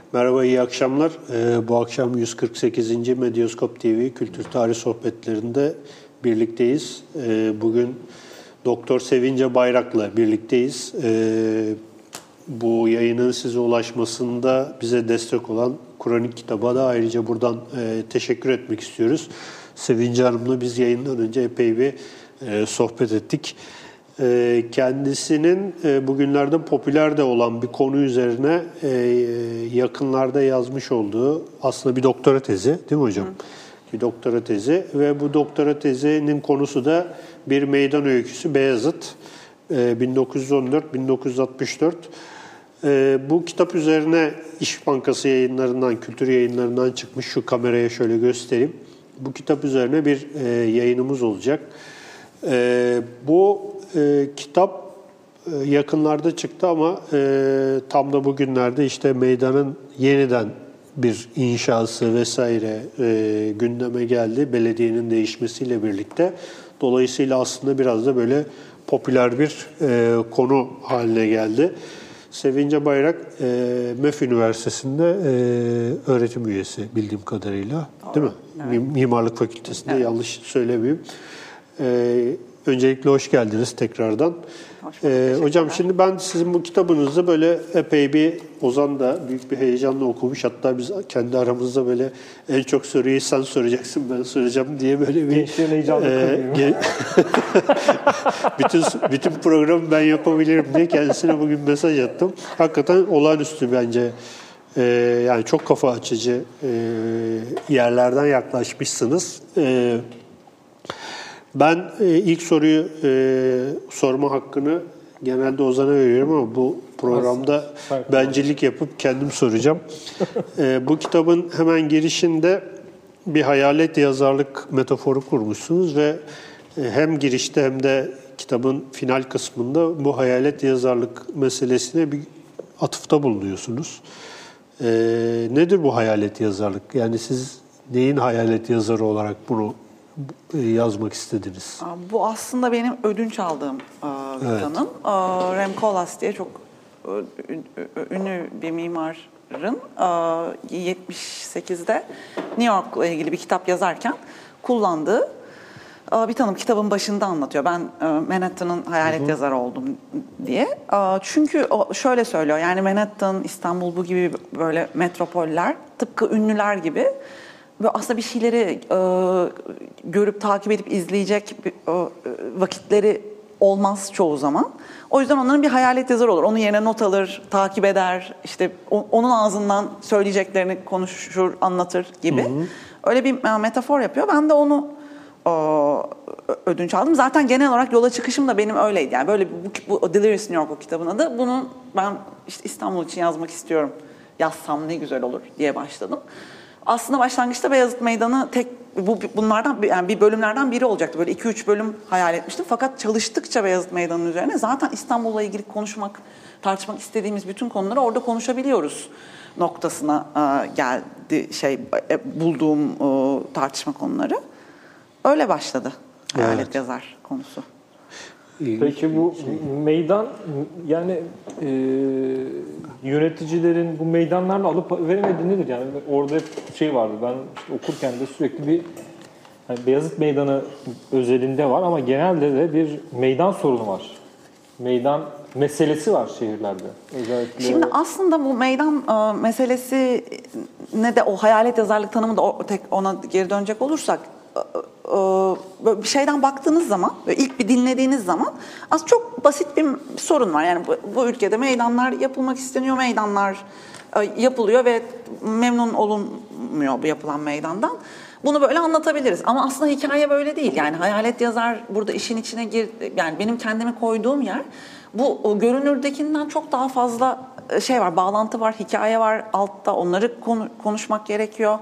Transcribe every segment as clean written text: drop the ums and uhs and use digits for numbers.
Merhaba, iyi akşamlar. Bu akşam 148. Medyaskop TV Kültür Tarih Sohbetlerinde birlikteyiz. Bugün Doktor Sevince Bayrak'la birlikteyiz. Bu yayının size ulaşmasında bize destek olan Kronik Kitab'a da ayrıca buradan teşekkür etmek istiyoruz. Sevince Hanım'la biz yayından önce epey bir sohbet ettik. Kendisinin bugünlerde popüler de olan bir konu üzerine yakınlarda yazmış olduğu aslında bir doktora tezi, değil mi hocam? Bir doktora tezi ve bu doktora tezinin konusu da bir meydan öyküsü Beyazıt 1914-1964. Bu kitap üzerine İş Bankası yayınlarından, kültür yayınlarından çıkmış. Şu kameraya şöyle göstereyim. Bu kitap üzerine bir yayınımız olacak. Bu kitap yakınlarda çıktı ama tam da bugünlerde işte meydanın yeniden bir inşası vesaire gündeme geldi. Belediyenin değişmesiyle birlikte. Dolayısıyla aslında biraz da böyle popüler bir konu haline geldi. Sevince Bayrak, MEF Üniversitesi'nde öğretim üyesi bildiğim kadarıyla, değil mi? Evet. Mimarlık Fakültesi'nde, evet. Yanlış söylemeyeyim. Öncelikle hoş geldiniz tekrardan. Hocam şimdi ben sizin bu kitabınızı böyle epey bir, Ozan da büyük bir heyecanla okumuş. Hatta biz kendi aramızda böyle en çok soruyu sen soracaksın, ben soracağım diye böyle bir... Gençlerin heyecanla bütün programı ben yapabilirim diye kendisine bugün mesaj attım. Hakikaten olağanüstü bence. Yani çok kafa açıcı yerlerden yaklaşmışsınız. Ben ilk soruyu sorma hakkını genelde Ozan'a veriyorum ama bu programda bencillik yapıp kendim soracağım. Bu kitabın hemen girişinde bir hayalet yazarlık metaforu kurmuşsunuz ve hem girişte hem de kitabın final kısmında bu hayalet yazarlık meselesine bir atıfta bulunuyorsunuz. Nedir bu hayalet yazarlık? Yani siz neyin hayalet yazarı olarak bunu yazmak istediniz? Bu aslında benim ödünç aldığım bir tanım. Rem Koolhaas diye çok ünlü bir mimarın 78'de New York'la ilgili bir kitap yazarken kullandığı bir tanım, kitabın başında anlatıyor. Ben Manhattan'ın hayalet yazarı oldum diye. Çünkü şöyle söylüyor, yani Manhattan, İstanbul, bu gibi böyle metropoller tıpkı ünlüler gibi ve aslında bir şeyleri görüp takip edip izleyecek vakitleri olmaz çoğu zaman. O yüzden onların bir hayalet yazarı olur. Onun yerine not alır, takip eder, işte onun ağzından söyleyeceklerini konuşur, anlatır gibi. Hı hı. Öyle bir metafor yapıyor. Ben de onu ödünç aldım. Zaten genel olarak yola çıkışım da benim öyleydi. Yani böyle bu Delirious New York o kitabın adı. Bunu ben işte İstanbul için yazmak istiyorum. Yazsam ne güzel olur diye başladım. Aslında başlangıçta Beyazıt Meydanı bunlardan yani bir bölümlerden biri olacaktı. Böyle 2-3 bölüm hayal etmiştim. Fakat çalıştıkça Beyazıt Meydanı'nın üzerine zaten İstanbul'la ilgili konuşmak, tartışmak istediğimiz bütün konuları orada konuşabiliyoruz noktasına geldi bulduğum tartışma konuları. Öyle başladı hayalet yazar konusu. Peki bu meydan, yani yöneticilerin bu meydanlarla alıp veremediği nedir? Yani orada şey vardı, ben işte okurken de sürekli bir Beyazıt Meydanı özelinde var ama genelde de bir meydan sorunu var. Meydan meselesi var şehirlerde. Özellikle... Şimdi aslında bu meydan meselesi ne de o hayalet yazarlık tanımı da ona geri dönecek olursak, bir şeyden baktığınız zaman, ilk bir dinlediğiniz zaman aslında çok basit bir sorun var. Yani bu ülkede meydanlar yapılmak isteniyor, meydanlar yapılıyor ve memnun olunmuyor bu yapılan meydandan. Bunu böyle anlatabiliriz ama aslında hikaye böyle değil. Yani hayalet yazar burada işin içine girdi. Yani benim kendimi koyduğum yer bu görünürdekinden çok daha fazla şey var, bağlantı var, hikaye var altta. Onları konuşmak gerekiyor.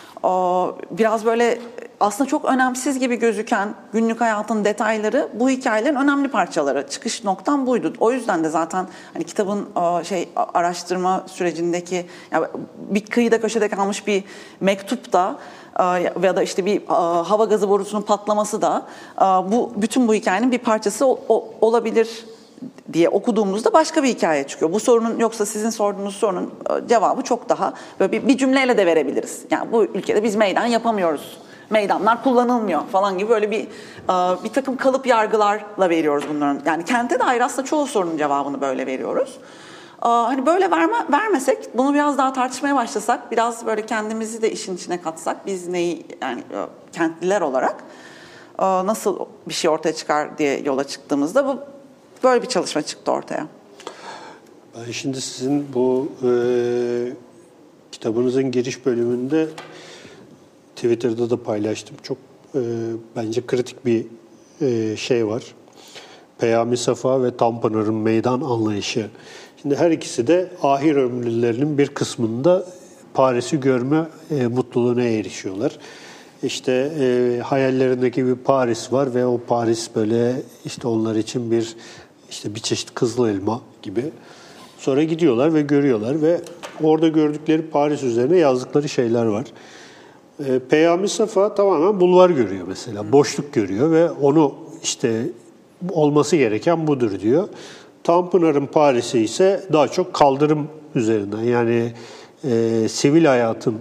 Biraz böyle aslında çok önemsiz gibi gözüken günlük hayatın detayları bu hikayelerin önemli parçaları. Çıkış noktam buydu. O yüzden de zaten hani kitabın araştırma sürecindeki, yani bir kıyıda köşede kalmış bir mektup da veya da işte bir hava gazı borusunun patlaması da bütün bu hikayenin bir parçası olabilir diye okuduğumuzda başka bir hikaye çıkıyor. Bu sorunun, yoksa sizin sorduğunuz sorunun cevabı çok daha böyle bir cümleyle de verebiliriz. Yani bu ülkede biz meydan yapamıyoruz. Meydanlar kullanılmıyor falan gibi böyle bir takım kalıp yargılarla veriyoruz bunların. Yani kente dair aslında çoğu sorunun cevabını böyle veriyoruz. Hani böyle vermesek, bunu biraz daha tartışmaya başlasak, biraz böyle kendimizi de işin içine katsak, biz neyi, yani kentliler olarak nasıl bir şey ortaya çıkar diye yola çıktığımızda bu böyle bir çalışma çıktı ortaya. Ben şimdi sizin bu kitabınızın giriş bölümünde Twitter'da da paylaştım. Çok bence kritik bir şey var. Peyami Safa ve Tanpınar'ın meydan anlayışı. Şimdi her ikisi de ahir ömürlerinin bir kısmında Paris'i görme mutluluğuna erişiyorlar. İşte hayallerindeki bir Paris var ve o Paris böyle işte onlar için bir çeşit kızıl elma gibi. Sonra gidiyorlar ve görüyorlar ve orada gördükleri Paris üzerine yazdıkları şeyler var. Peyami Safa tamamen bulvar görüyor mesela. Boşluk görüyor ve onu işte olması gereken budur diyor. Tanpınar'ın Paris'i ise daha çok kaldırım üzerinden, yani sivil hayatın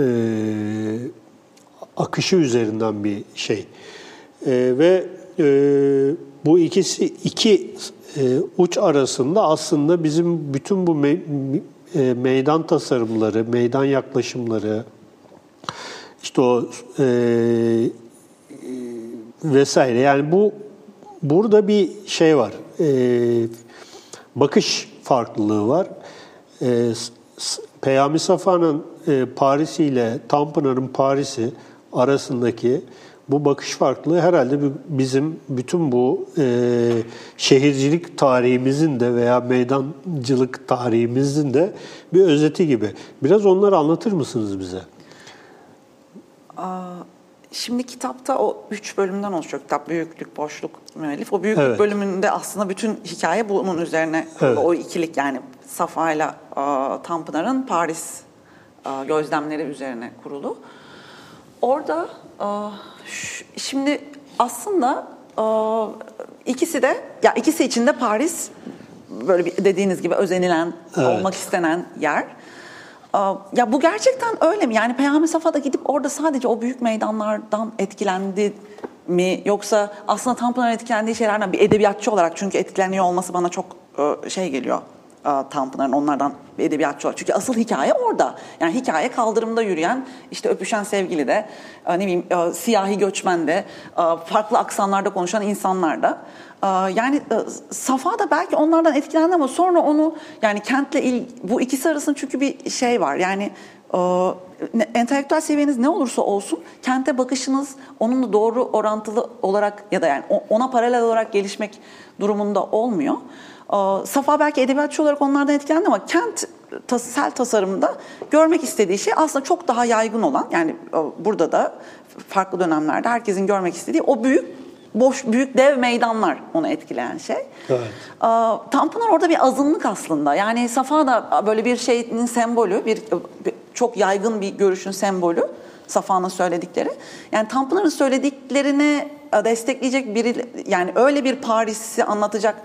akışı üzerinden bir şey. Ve bu iki uç arasında aslında bizim bütün bu meydan tasarımları, meydan yaklaşımları, işte o vesaire. Yani burada bir şey var. Bakış farklılığı var. Peyami Safa'nın Paris'i ile Tanpınar'ın Paris'i arasındaki bu bakış farklılığı herhalde bizim bütün bu şehircilik tarihimizin de veya meydancılık tarihimizin de bir özeti gibi. Biraz onları anlatır mısınız bize? Şimdi kitapta o 3 bölümden oluşuyor. Kitap büyüklük, boşluk, müellif. O büyüklük bölümünde aslında bütün hikaye bunun üzerine kurulu. O ikilik, yani Safa ile Tanpınar'ın Paris gözlemleri üzerine kurulu. Orada şimdi aslında ikisi için de Paris böyle bir dediğiniz gibi özenilen, olmak istenen yer. Ya bu gerçekten öyle mi? Yani Peyami Safa da gidip orada sadece o büyük meydanlardan etkilendi mi? Yoksa aslında Tanpınar'ın etkilendiği şeylerden bir edebiyatçı olarak, çünkü etkileniyor olması bana çok şey geliyor. Tanpınar'ın onlardan bir edebiyatçı olarak. Çünkü asıl hikaye orada. Yani hikaye kaldırımda yürüyen, işte öpüşen sevgili de, ne bileyim siyahi göçmen de, farklı aksanlarda konuşan insanlar da. Yani Safa da belki onlardan etkilendi ama sonra onu, yani kentle bu ikisi arasında çünkü bir şey var. Yani entelektüel seviyeniz ne olursa olsun kente bakışınız onunla doğru orantılı olarak ya da yani ona paralel olarak gelişmek durumunda olmuyor. Safa belki edebiyatçı olarak onlardan etkilendi ama kentsel tasarımda görmek istediği şey aslında çok daha yaygın olan, yani burada da farklı dönemlerde herkesin görmek istediği o büyük dev meydanlar onu etkileyen şey. Evet. Tanpınar orada bir azınlık aslında. Yani Safa da böyle bir şeyin sembolü, bir çok yaygın bir görüşün sembolü. Safa'nın söyledikleri. Yani Tanpınar'ın söylediklerini destekleyecek biri, yani öyle bir Paris'i anlatacak,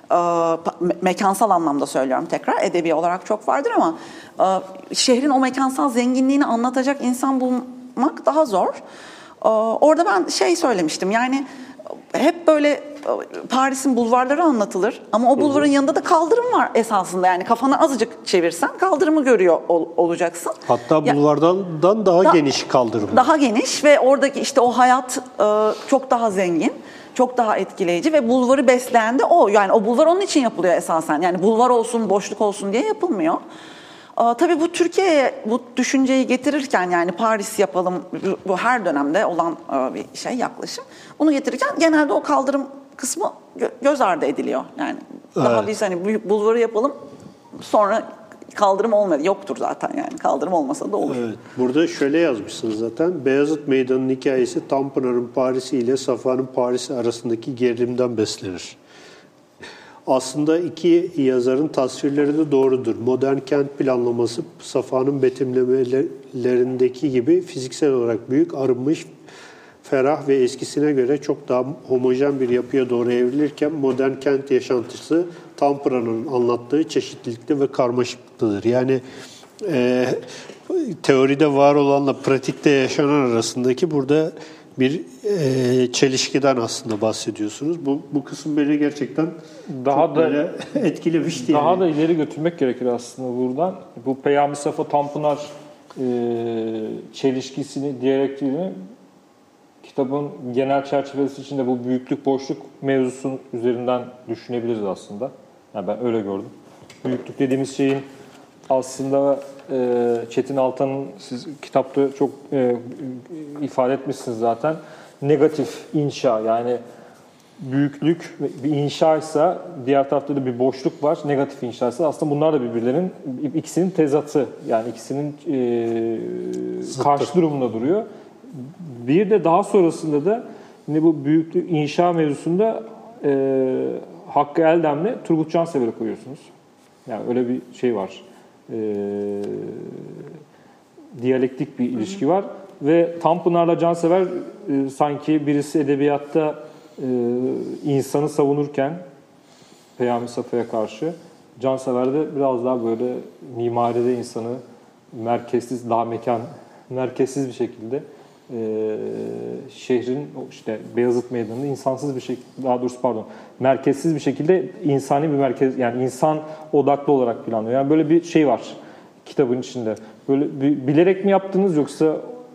mekansal anlamda söylüyorum tekrar, edebi olarak çok vardır ama şehrin o mekansal zenginliğini anlatacak insan bulmak daha zor. Orada ben söylemiştim, yani hep böyle Paris'in bulvarları anlatılır ama o bulvarın yanında da kaldırım var esasında. Yani kafanı azıcık çevirsen kaldırımı görüyor olacaksın. Hatta bulvardan daha geniş kaldırım. Daha geniş ve oradaki işte o hayat çok daha zengin, çok daha etkileyici ve bulvarı besleyen de o. Yani o bulvar onun için yapılıyor esasen. Yani bulvar olsun, boşluk olsun diye yapılmıyor. Tabii bu Türkiye'ye bu düşünceyi getirirken, yani Paris yapalım, bu her dönemde olan bir yaklaşım. Bunu getirirken genelde o kaldırım kısmı göz ardı ediliyor. Yani daha biz hani büyük bulvarı yapalım, sonra kaldırım olmadı. Yoktur zaten, yani kaldırım olmasa da olur. Evet. Burada şöyle yazmışsınız zaten. Beyazıt Meydanı'nın hikayesi Tanpınar'ın Paris'i ile Safa'nın Paris'i arasındaki gerilimden beslenir. Aslında iki yazarın tasvirleri de doğrudur. Modern kent planlaması Safa'nın betimlemelerindeki gibi fiziksel olarak büyük, arınmış, ferah ve eskisine göre çok daha homojen bir yapıya doğru evrilirken modern kent yaşantısı Tampra'nın anlattığı çeşitlilikte ve karmaşıklıktır. Yani teoride var olanla pratikte yaşanan arasındaki burada bir çelişkiden aslında bahsediyorsunuz. Bu kısım beni gerçekten daha çok da böyle etkilemişti. Daha da ileri götürmek gerekir aslında buradan. Bu Peyami Safa Tanpınar çelişkisini, diyalektiğini kitabın genel çerçevesi içinde bu büyüklük boşluk mevzusunun üzerinden düşünebiliriz aslında. Yani ben öyle gördüm. Büyüklük dediğimiz şeyin aslında Çetin Altan'ın siz kitapta çok ifade etmişsiniz zaten. Negatif inşa, yani büyüklük bir inşaysa diğer tarafta da bir boşluk var. Negatif inşaysa aslında bunlar da birbirlerinin ikisinin tezatı. Yani ikisinin karşı durumunda duruyor. Bir de daha sonrasında da yine bu büyüklük inşa mevzusunda Hakkı Eldem'le Turgut Cansever'i koyuyorsunuz. Yani öyle bir şey var. Diyalektik bir ilişki var. Ve Tanpınar'la Cansever sanki birisi edebiyatta insanı savunurken Peyami Safa'ya karşı, Cansever'de biraz daha böyle mimaride insanı merkezsiz, daha merkezsiz bir şekilde şehrin işte Beyazıt Meydanı'nda insansız bir şekilde, daha doğrusu merkezsiz bir şekilde insani bir merkez, yani insan odaklı olarak planlıyor. Yani böyle bir şey var kitabın içinde. Böyle bilerek mi yaptınız yoksa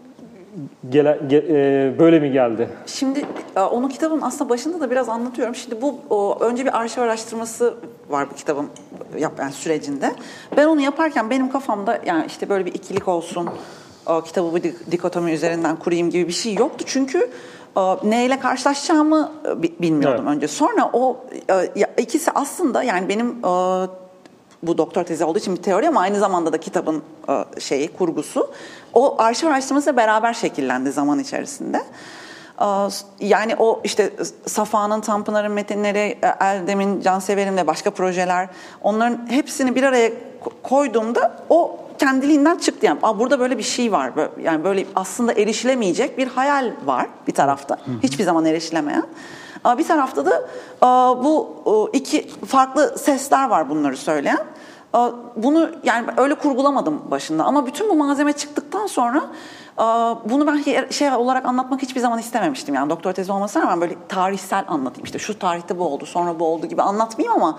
böyle mi geldi? Şimdi onu kitabın aslında başında da biraz anlatıyorum. Şimdi önce bir arşiv araştırması var bu kitabın yani sürecinde. Ben onu yaparken benim kafamda yani işte böyle bir ikilik olsun, kitabı bir dikotomi üzerinden kurayım gibi bir şey yoktu. Çünkü neyle karşılaşacağımı bilmiyordum önce. Sonra ikisi aslında yani benim bu doktor tezi olduğu için bir teori ama aynı zamanda da kitabın kurgusu. O arşiv araştırmasıyla beraber şekillendi zaman içerisinde. Yani o işte Safa'nın, Tanpınar'ın metinleri, Eldem'in, Cansever'in ve başka projeler, onların hepsini bir araya koyduğumda o kendiliğinden çıktı. Yani burada böyle bir şey var. Yani böyle aslında erişilemeyecek bir hayal var bir tarafta. Hiçbir zaman erişilemeyen. Bir tarafta da bu iki farklı sesler var bunları söyleyen. Bunu yani öyle kurgulamadım başında ama bütün bu malzeme çıktıktan sonra bunu ben şey olarak anlatmak hiçbir zaman istememiştim. Yani doktor tezi olmasına rağmen böyle tarihsel anlatayım. İşte şu tarihte bu oldu, sonra bu oldu gibi anlatmayayım ama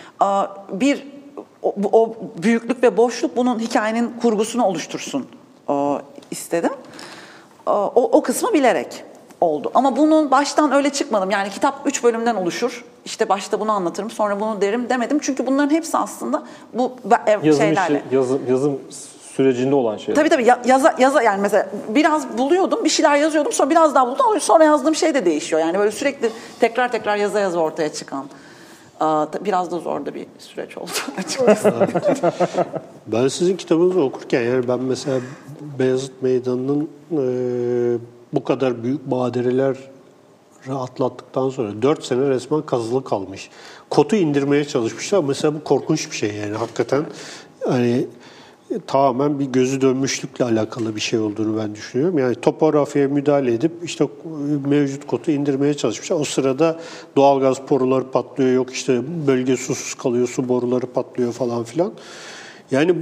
o büyüklük ve boşluk bunun hikayenin kurgusunu oluştursun istedim. O kısmı bilerek oldu. Ama bunun baştan öyle çıkmadım. Yani kitap 3 bölümden oluşur. İşte başta bunu anlatırım, sonra bunu derim demedim. Çünkü bunların hepsi aslında bu şeylerle. Yazım sürecinde olan şeyler. Tabii yaza yani mesela biraz buluyordum, bir şeyler yazıyordum, sonra biraz daha buldum ama sonra yazdığım şey de değişiyor. Yani böyle sürekli tekrar yaza ortaya çıkan. Biraz da zor da bir süreç oldu açıkçası. Ben sizin kitabınızı okurken yani ben mesela Beyazıt Meydanı'nın bu kadar büyük badireler atlattıktan sonra 4 sene resmen kazılı kalmış. Kotu indirmeye çalışmışlar. Mesela bu korkunç bir şey yani hakikaten. Hani tamamen bir gözü dönmüşlükle alakalı bir şey olduğunu ben düşünüyorum. Yani topografyaya müdahale edip işte mevcut kotu indirmeye çalışmışlar. O sırada doğalgaz boruları patlıyor, yok işte bölge susuz kalıyor, su boruları patlıyor falan filan. Yani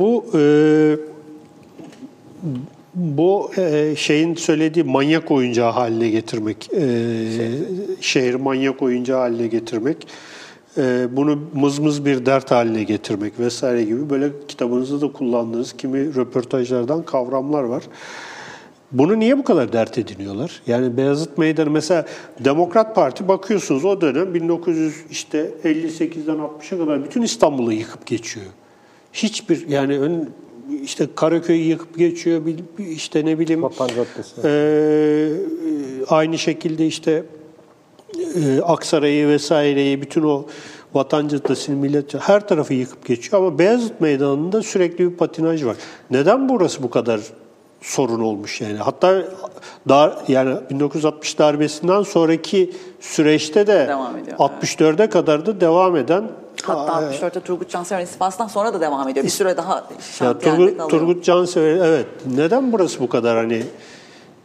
bu şeyin söylediği manyak oyuncağı haline getirmek, şehri manyak oyuncağı haline getirmek, bunu mızmız bir dert haline getirmek vesaire gibi böyle kitabınızda da kullandığınız kimi röportajlardan kavramlar var. Bunu niye bu kadar dert ediniyorlar? Yani Beyazıt Meydanı mesela Demokrat Parti bakıyorsunuz o dönem 1958'den 60'a kadar bütün İstanbul'u yıkıp geçiyor. Hiçbir yani işte Karaköy'ü yıkıp geçiyor, işte ne bileyim Vatan Caddesi. Aynı şekilde işte Aksaray'ı vesaireyi, bütün o Vatan Caddesi'ni, Millet her tarafı yıkıp geçiyor ama Beyazıt Meydanı'nda sürekli bir patinaj var. Neden burası bu kadar sorun olmuş yani? Hatta yani 1960 darbesinden sonraki süreçte de 64'e kadar da devam eden. Hatta 64'te Turgut Cansever'in istifasından sonra da devam ediyor. Bir süre daha şantiyerde kalıyor. Turgut Cansever, evet. Neden burası bu kadar hani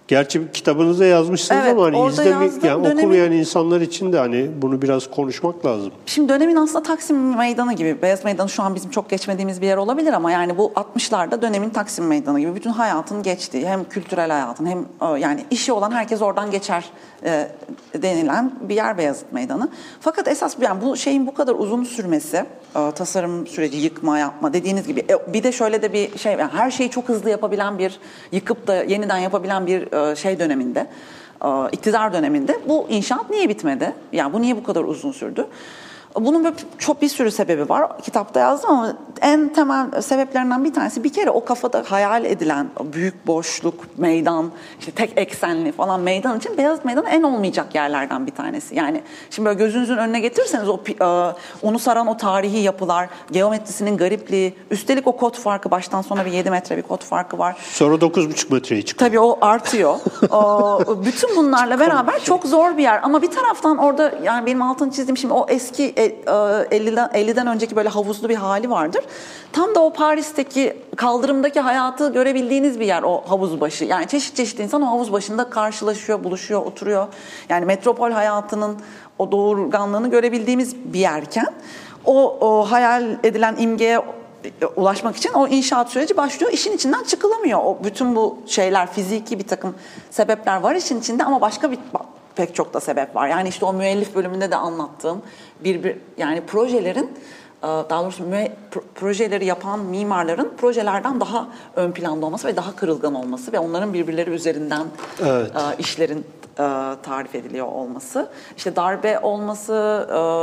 Gerçi kitabınızda yazmışsınız Evet, ama hani orada yazdım. yani okumayan insanlar için de hani bunu biraz konuşmak lazım. Şimdi dönemin aslında Taksim Meydanı gibi, Beyazıt Meydanı şu an bizim çok geçmediğimiz bir yer olabilir ama yani bu 60'larda dönemin Taksim Meydanı gibi bütün hayatın geçtiği, hem kültürel hayatın hem yani işi olan herkes oradan geçer denilen bir yer Beyazıt Meydanı. Fakat esas yani bu şeyin bu kadar uzun sürmesi, tasarım süreci, yıkma, yapma dediğiniz gibi bir de şöyle de bir şey, yani her şeyi çok hızlı yapabilen bir, yıkıp da yeniden yapabilen bir şey döneminde, iktidar döneminde bu inşaat niye bitmedi? Yani bu niye bu kadar uzun sürdü? Bunun böyle çok bir sürü sebebi var. Kitapta yazdım ama en temel sebeplerinden bir tanesi bir kere o kafada hayal edilen büyük boşluk, meydan, işte tek eksenli falan meydan için Beyazıt Meydanı en olmayacak yerlerden bir tanesi. Yani şimdi böyle gözünüzün önüne getirirseniz onu saran o tarihi yapılar, geometrisinin garipliği, üstelik o kod farkı, baştan sona bir 7 metre bir kod farkı var. Sonra 9,5 metreye çıkıyor. Tabii o artıyor. Bütün bunlarla beraber çok zor bir yer. Ama bir taraftan orada yani benim altını çizdiğim şimdi o eski 50'den önceki böyle havuzlu bir hali vardır. Tam da o Paris'teki kaldırımdaki hayatı görebildiğiniz bir yer o havuz başı. Yani çeşit çeşit insan o havuz başında karşılaşıyor, buluşuyor, oturuyor. Yani metropol hayatının o doğurganlığını görebildiğimiz bir yerken o hayal edilen imgeye ulaşmak için o inşaat süreci başlıyor. İşin içinden çıkılamıyor. O bütün bu şeyler, fiziki bir takım sebepler var işin içinde ama başka pek çok da sebep var. Yani işte o müellif bölümünde de anlattığım yani projelerin, daha doğrusu projeleri yapan mimarların projelerden daha ön planda olması ve daha kırılgan olması ve onların birbirleri üzerinden işlerin tarif ediliyor olması. İşte darbe olması,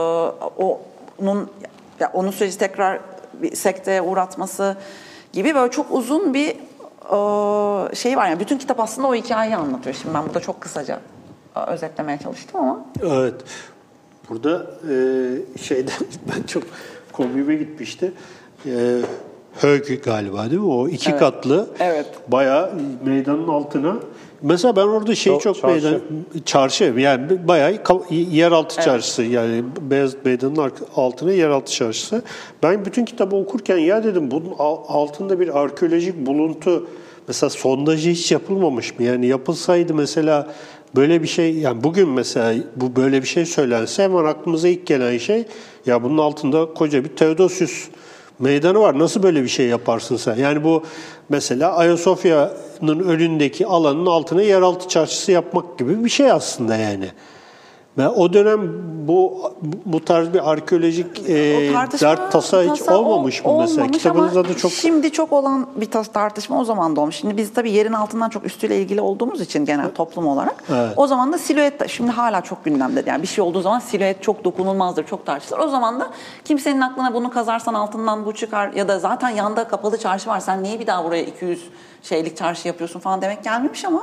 onun süreci tekrar bir sekteye uğratması gibi böyle çok uzun bir şey var. Yani bütün kitap aslında o hikayeyi anlatıyor. Şimdi ben burada çok kısaca özetlemeye çalıştım ama. Evet. Burada şeyden ben çok komiğime gitmişti. Hög galiba değil mi? O iki katlı. Evet. Bayağı meydanın altına. Mesela ben orada çarşı yani bayağı yeraltı çarşısı, yani Beyazıt Meydanı'nın altına yeraltı çarşısı. Ben bütün kitabı okurken ya dedim bunun altında bir arkeolojik buluntu, mesela sondajı hiç yapılmamış mı? Yani yapılsaydı mesela böyle bir şey, yani bugün mesela bu böyle bir şey söylense hemen aklımıza ilk gelen şey, ya bunun altında koca bir Theodosius meydanı var. Nasıl böyle bir şey yaparsın sen? Yani bu mesela Ayasofya'nın önündeki alanın altına yeraltı çarşısı yapmak gibi bir şey aslında yani. Ve o dönem bu tarz bir arkeolojik dert tasa hiç olmamış mı mesela? Kitabınızda da çok... Şimdi çok olan bir tartışma o zaman da olmuş. Şimdi biz tabii yerin altından çok üstüyle ilgili olduğumuz için genel toplum olarak. Evet. O zaman da silüet şimdi hala çok gündemde. Yani bir şey olduğu zaman silüet çok dokunulmazdır, çok tartışılır. O zaman da kimsenin aklına bunu kazarsan altından bu çıkar ya da zaten yanda kapalı çarşı var. Sen niye bir daha buraya 200 şeylik çarşı yapıyorsun falan demek gelmemiş ama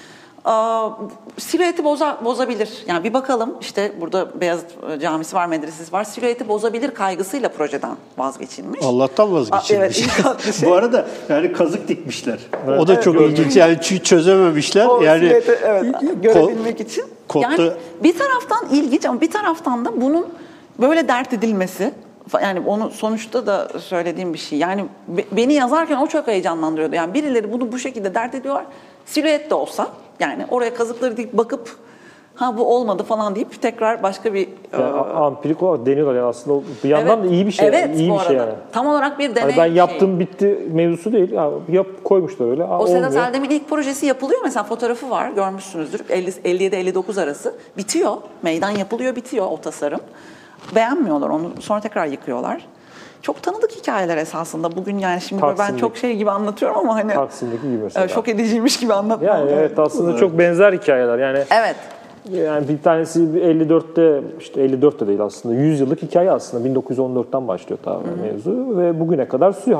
silüeti bozabilir. Yani bir bakalım, işte burada Beyazıt Camisi var, medresesi var. Silüeti bozabilir kaygısıyla projeden vazgeçilmiş. Allah'tan vazgeçilmiş. Evet, bu arada yani kazık dikmişler. Evet. O da çok ilginç. Yani çözememişler. O yani silüeti görebilmek için. Yani bir taraftan ilginç ama bir taraftan da bunun böyle dert edilmesi, yani onu sonuçta da söylediğim bir şey. Yani beni yazarken o çok heyecanlandırıyordu. Yani birileri bunu bu şekilde dert ediyorlar. Silüet de olsa, yani oraya kazıkları deyip bakıp ha bu olmadı falan deyip tekrar başka bir ampirik olarak deniyorlar yani aslında bir yandan da iyi bir şey. Evet, iyi bu bir arada. şey yani. Tam olarak bir deney. Yani ben yaptım bitti mevzusu değil. Koymuşlar öyle. O Sedat Eldem'in ilk projesi yapılıyor mesela, fotoğrafı var, görmüşsünüzdür. 57-59 arası bitiyor. Meydan yapılıyor, bitiyor o tasarım. Beğenmiyorlar onu. Sonra tekrar yıkıyorlar. Çok tanıdık hikayeler esasında. Bugün yani şimdi ben çok şey gibi anlatıyorum ama hani Taksim'deki gibi mesela. Şok ediciymiş gibi anlatmam. Yani evet, aslında çok benzer hikayeler. Yani evet. Yani bir tanesi 54'te, işte 54'te değil aslında, 100 yıllık hikaye aslında. 1914'ten başlıyor tamamen mevzu ve bugüne kadar sürüyor.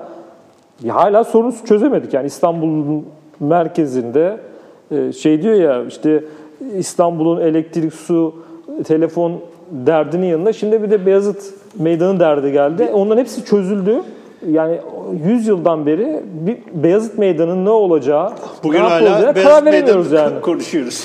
Hala sorunu çözemedik. Yani İstanbul'un merkezinde şey diyor ya, işte İstanbul'un elektrik, su, telefon derdinin yanında şimdi bir de Beyazıt Meydanı derdi geldi. Onların hepsi çözüldü. Yani 100 yıldan beri bir Beyazıt Meydanı'nın ne olacağı, bugün ne hala karar veremiyoruz yani. Konuşuyoruz.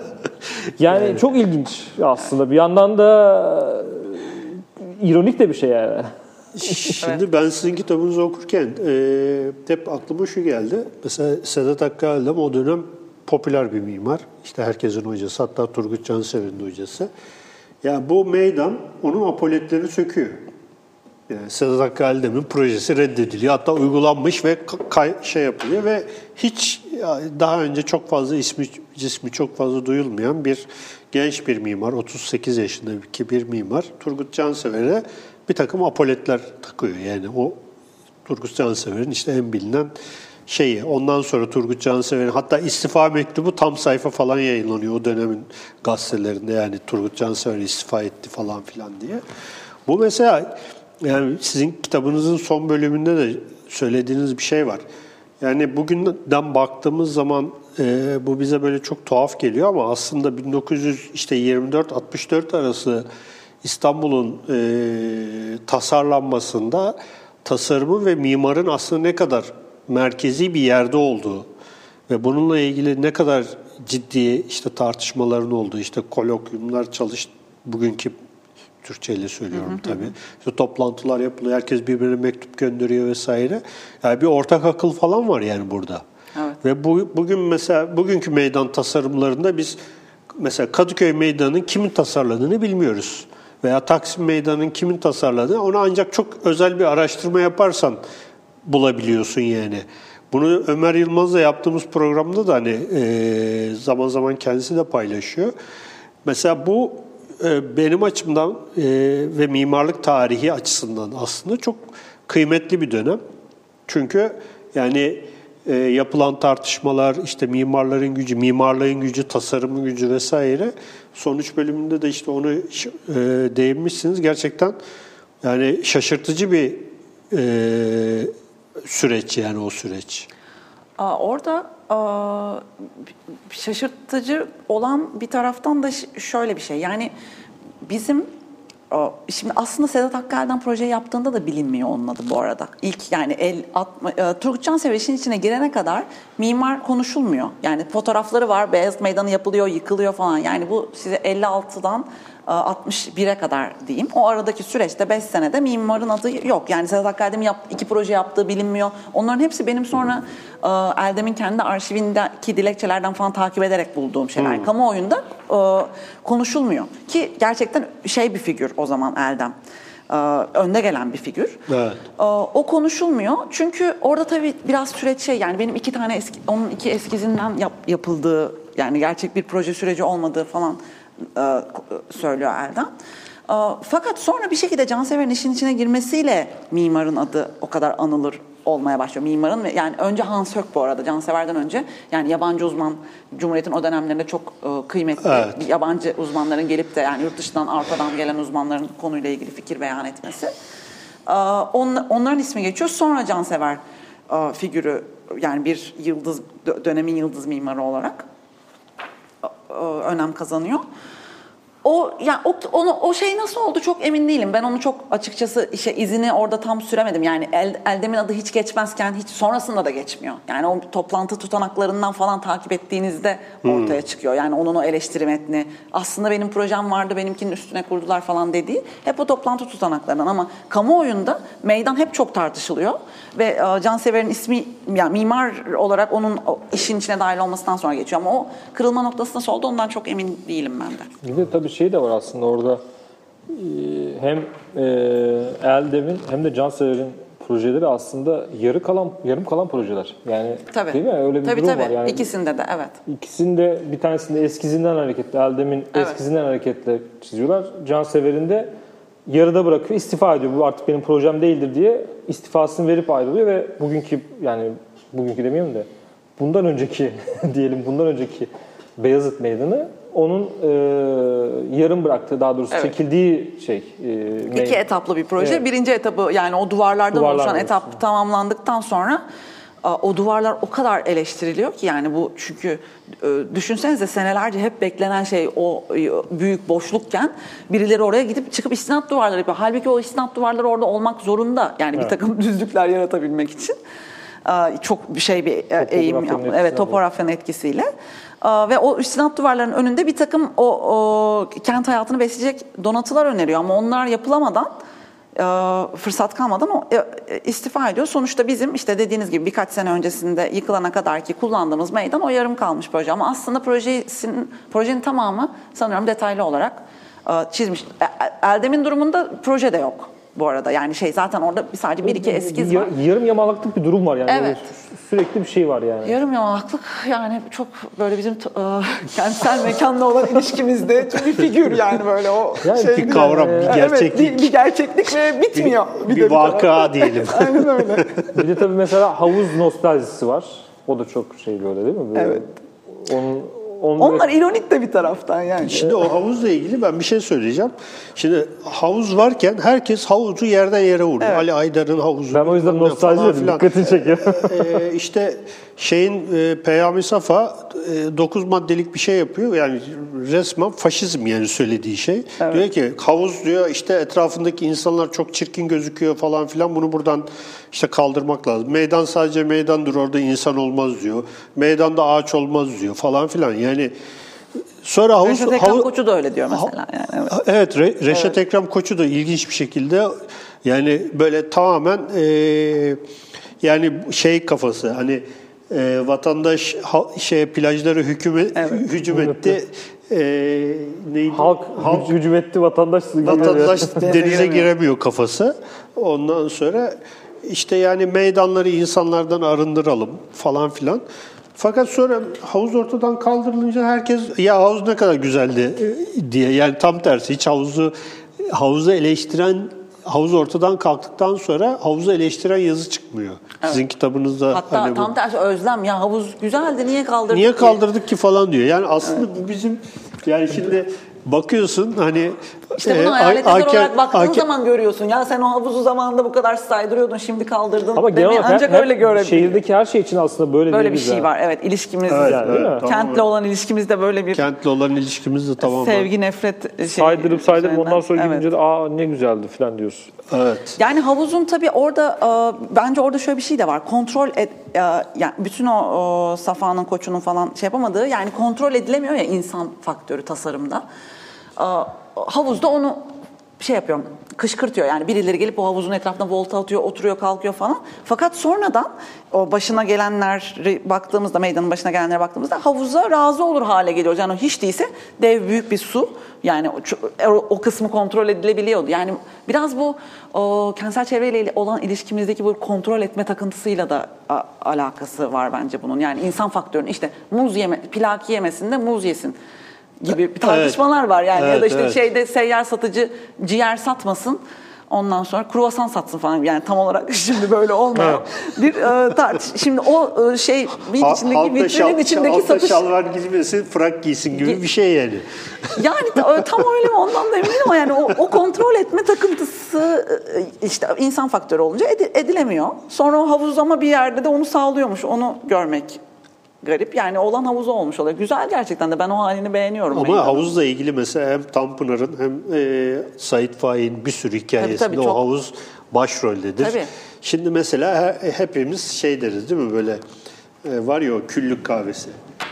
Yani çok ilginç aslında. Bir yandan da ironik de bir şey yani. Şimdi ben sizin kitabınızı okurken hep aklıma şu geldi. Mesela Sedat Hakkı Eldem o dönem popüler bir mimar. İşte herkesin hocası, hatta Turgut Cansever'in de hocası. Yani bu meydan onun apoletlerini söküyor. Yani Sedat Hakkı Eldem'in projesi reddediliyor. Hatta uygulanmış ve şey yapılıyor ve hiç daha önce çok fazla cismi çok fazla duyulmayan bir genç bir mimar, 38 yaşındaki bir mimar Turgut Cansever'e bir takım apoletler takıyor. Yani o Turgut Cansever'in işte en bilinen şeyi. Ondan sonra Turgut Cansever'in hatta istifa mektubu tam sayfa falan yayınlanıyor o dönemin gazetelerinde. Yani Turgut Cansever istifa etti falan filan diye. Bu mesela yani sizin kitabınızın son bölümünde de söylediğiniz bir şey var. Yani bugünden baktığımız zaman bu bize böyle çok tuhaf geliyor ama aslında 1924-64 arası İstanbul'un tasarlanmasında tasarımın ve mimarın aslında ne kadar merkezi bir yerde olduğu ve bununla ilgili ne kadar ciddi işte tartışmaların olduğu, işte kolokyumlar bugünkü Türkçeyle söylüyorum tabii. İşte toplantılar yapılıyor, herkes birbirine mektup gönderiyor vesaire. Yani bir ortak akıl falan var yani burada. Evet. Ve bugün mesela bugünkü meydan tasarımlarında biz mesela Kadıköy Meydanı'nın kimin tasarladığını bilmiyoruz. Veya Taksim Meydanı'nın kimin tasarladığını onu ancak çok özel bir araştırma yaparsan bulabiliyorsun yani. Bunu Ömer Yılmaz'la yaptığımız programda da hani zaman zaman kendisi de paylaşıyor. Mesela bu benim açımdan ve mimarlık tarihi açısından aslında çok kıymetli bir dönem. Çünkü yani yapılan tartışmalar, işte mimarların gücü, mimarlığın gücü, tasarımın gücü vesaire. Son 3 bölümünde de işte onu değinmişsiniz. Gerçekten yani şaşırtıcı bir süreç yani o süreç. Orada şaşırtıcı olan bir taraftan da şöyle bir şey. Yani bizim şimdi aslında Sedat Hakkı Eldem projeyi yaptığında da bilinmiyor onun adı bu arada. İlk yani Turgut Cansever işin içine girene kadar mimar konuşulmuyor. Yani fotoğrafları var, Beyazıt Meydanı yapılıyor, yıkılıyor falan. Yani bu size 56'dan 61'e kadar diyeyim. O aradaki süreçte 5 senede mimarın adı yok. Yani Sedat Hakkı Eldem'in 2 proje yaptığı bilinmiyor. Onların hepsi benim sonra Eldem'in kendi arşivindeki dilekçelerden falan takip ederek bulduğum şeyler. Kamuoyunda konuşulmuyor. Ki gerçekten bir figür o zaman Eldem. Önde gelen bir figür. Evet. O konuşulmuyor. Çünkü orada tabii biraz süreç yani benim 2 tane onun 2 eskizinden yapıldığı yani gerçek bir proje süreci olmadığı falan söylüyor Eldem. Fakat sonra bir şekilde Cansever'in işin içine girmesiyle mimarın adı o kadar anılır olmaya başlıyor. Mimarın ve yani önce Hans Höck bu arada Cansever'den önce yani yabancı uzman Cumhuriyet'in o dönemlerinde çok kıymetli yabancı uzmanların gelip de yani yurt dışından Avrupa'dan gelen uzmanların konuyla ilgili fikir beyan etmesi. Onların ismi geçiyor. Sonra Cansever figürü yani bir dönemin yıldız mimarı olarak önem kazanıyor. O şey nasıl oldu çok emin değilim. Ben onu çok açıkçası izini orada tam süremedim. Yani Eldem'in adı hiç geçmezken hiç sonrasında da geçmiyor. Yani o toplantı tutanaklarından falan takip ettiğinizde ortaya çıkıyor. Yani onun o eleştiri metni aslında benim projem vardı benimkinin üstüne kurdular falan dediği hep o toplantı tutanaklarından ama kamuoyunda meydan hep çok tartışılıyor ve Cansever'in ismi yani mimar olarak onun işin içine dahil olmasından sonra geçiyor ama o kırılma noktası nasıl oldu ondan çok emin değilim ben de. Bir de tabii şey de var aslında orada hem Eldem'in hem de Cansever'in projeleri aslında yarım kalan projeler. Yani tabii. Değil mi? Öyle bir durum var. Yani İkisinde de evet. İkisinde bir tanesinde eskizinden hareketle Eldem'in eskizinden hareketle çiziyorlar. Cansever'in de yarıda bırakıyor, istifa ediyor. Bu artık benim projem değildir diye istifasını verip ayrılıyor ve bugünkü demeyeyim de bundan önceki bundan önceki Beyazıt Meydanı onun yarım bıraktığı, daha doğrusu çekildiği İki etaplı bir proje. Evet. Birinci etabı yani o duvarlardan oluşan etap tamamlandıktan sonra o duvarlar o kadar eleştiriliyor ki yani bu çünkü düşünsenize senelerce hep beklenen şey o büyük boşlukken birileri oraya gidip çıkıp istinat duvarları yapıyor. Halbuki o istinat duvarları orada olmak zorunda yani bir takım düzlükler yaratabilmek için. Çok bir eğim yaptı. Evet, topografyanın etkisiyle. Ve o istinat duvarlarının önünde bir takım o kent hayatını besleyecek donatılar öneriyor ama onlar yapılamadan fırsat kalmadan istifa ediyor. Sonuçta bizim işte dediğiniz gibi birkaç sene öncesinde yıkılana kadar ki kullandığımız meydan o yarım kalmış proje. Ama aslında projenin tamamı sanıyorum detaylı olarak çizmiş. Eldem'in durumunda proje de yok bu arada. Yani zaten orada sadece bir iki eskiz var. Yarım yamalaklık bir durum var yani. Evet. Böyle sürekli bir şey var yani. Yarım yamalaklık yani çok böyle bizim kentsel mekanla olan ilişkimizde bir figür yani böyle o yani bir kavram, bir gerçeklik. Evet, bir gerçeklik ve bitmiyor. Bir vaka diyelim. Aynen öyle. Bir de tabii mesela havuz nostaljisi var. O da çok böyle değil mi? Böyle Evet. Onlar ironik de bir taraftan yani. Şimdi o havuzla ilgili ben bir şey söyleyeceğim. Şimdi havuz varken herkes havuzu yerden yere vuruyor. Evet. Ali Aydar'ın havuzu. Ben o yüzden nostalji dedim. Dikkatini çekiyor. İşte Peyami Safa 9 maddelik bir şey yapıyor. Yani resmen faşizm yani söylediği şey. Evet. Diyor ki havuz diyor işte etrafındaki insanlar çok çirkin gözüküyor falan filan. Bunu buradan işte kaldırmak lazım. Meydan sadece meydandır, orada insan olmaz diyor. Meydanda ağaç olmaz diyor falan filan. Yani sonra havuz... Reşat Ekrem Koçu da öyle diyor mesela. Yani, evet. Reşat Ekrem Koçu da ilginç bir şekilde yani böyle tamamen yani kafası hani vatandaş plajlara hücum etti. Neydi? Halk hücum etti, vatandaş denize giremiyor kafası. Ondan sonra işte yani meydanları insanlardan arındıralım falan filan. Fakat sonra havuz ortadan kaldırılınca herkes ya havuz ne kadar güzeldi diye, yani tam tersi hiç havuzu eleştiren, havuz ortadan kalktıktan sonra havuzu eleştiren yazı çıkmıyor. Evet. Sizin kitabınızda hatta hani tam tersi özlem ya havuz güzeldi niye kaldırdık Niye kaldırdık ki falan diyor. Yani aslında bu bizim yani şimdi bakıyorsun hani İşte bunu hayalet olarak baktığın zaman görüyorsun. Ya sen o havuzu zamanında bu kadar saydırıyordun, şimdi kaldırdın. Ama genel olarak ancak öyle görebiliriz. Şehirdeki her şey için aslında böyle bir şey var. Evet, ilişkimiz. Evet, kentle olan ilişkimizde böyle bir kentle olan ilişkimizde tamamen sevgi nefret saydırıp ondan sonra gidince de ne güzeldi falan diyorsun. Evet. Yani havuzun tabii orada bence orada şöyle bir şey de var. Yani bütün o Safa'nın, Koçu'nun falan yapamadığı, yani kontrol edilemiyor ya insan faktörü tasarımda. Havuzda onu yapıyor, kışkırtıyor. Yani birileri gelip o havuzun etrafına volta atıyor, oturuyor, kalkıyor falan. Fakat sonradan o başına gelenlere baktığımızda, meydanın başına gelenlere baktığımızda havuza razı olur hale geliyoruz. Yani hiç değilse dev büyük bir su. Yani o kısmı kontrol edilebiliyordu. Yani biraz bu kentsel çevreyle olan ilişkimizdeki bu kontrol etme takıntısıyla da alakası var bence bunun. Yani insan faktörünün işte plaki yemesinde muz yesin gibi tartışmalar var yani, ya da işte seyyar satıcı ciğer satmasın, ondan sonra kruvasan satsın falan, yani tam olarak şimdi böyle olmuyor. Bir şimdi o vitrinin içindeki satış şalvar giymesin, frak giysin gibi bir şey yani. Yani tam öyle mi ondan da eminim ama yani o kontrol etme takıntısı işte insan faktörü olunca edilemiyor. Sonra o havuzlama bir yerde de onu sağlıyormuş, onu görmek garip. Yani olan havuzu olmuş oluyor. Güzel gerçekten de, ben o halini beğeniyorum. Ama havuzla ilgili mesela hem Tanpınar'ın hem Sait Faik'in bir sürü hikayesinde tabii, o havuz başroldedir. Tabii. Şimdi mesela hepimiz deriz değil mi, böyle var ya o küllük kahvesi.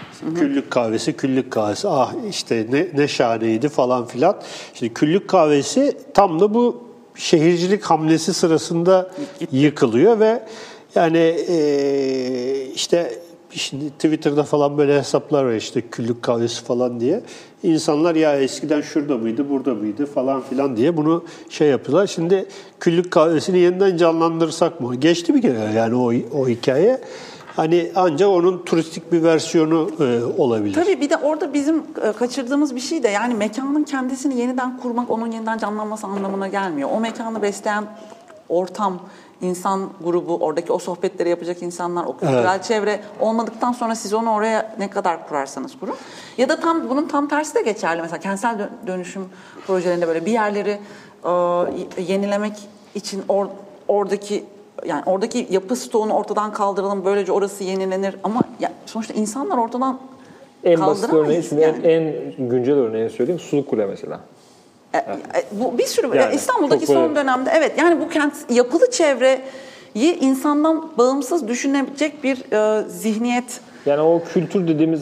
Küllük kahvesi. Ah işte ne şahaneydi falan filan. Şimdi küllük kahvesi tam da bu şehircilik hamlesi sırasında yıkılıyor ve yani işte şimdi Twitter'da falan böyle hesaplar var işte küllük kahvesi falan diye. İnsanlar ya eskiden şurada mıydı, burada mıydı falan filan diye bunu yapıyorlar. Şimdi küllük kahvesini yeniden canlandırsak mı? Geçti bir kere yani o hikaye. Hani ancak onun turistik bir versiyonu olabilir. Tabii bir de orada bizim kaçırdığımız bir şey de, yani mekanın kendisini yeniden kurmak, onun yeniden canlanması anlamına gelmiyor. O mekanı besleyen ortam, insan grubu, oradaki o sohbetleri yapacak insanlar, o kültürel çevre olmadıktan sonra siz onu oraya ne kadar kurarsanız kurun. Ya da bunun tam tersi de geçerli. Mesela kentsel dönüşüm projelerinde böyle bir yerleri yenilemek için oradaki yapı stoğunu ortadan kaldıralım, böylece orası yenilenir. Ama sonuçta insanlar ortadan kaldıramayız. En güncel örneğini söyleyeyim. Sulukule mesela. Bu bir sürü İstanbul'daki son dönemde yani bu kent yapılı çevreyi insandan bağımsız düşünecek bir zihniyet. Yani o kültür dediğimiz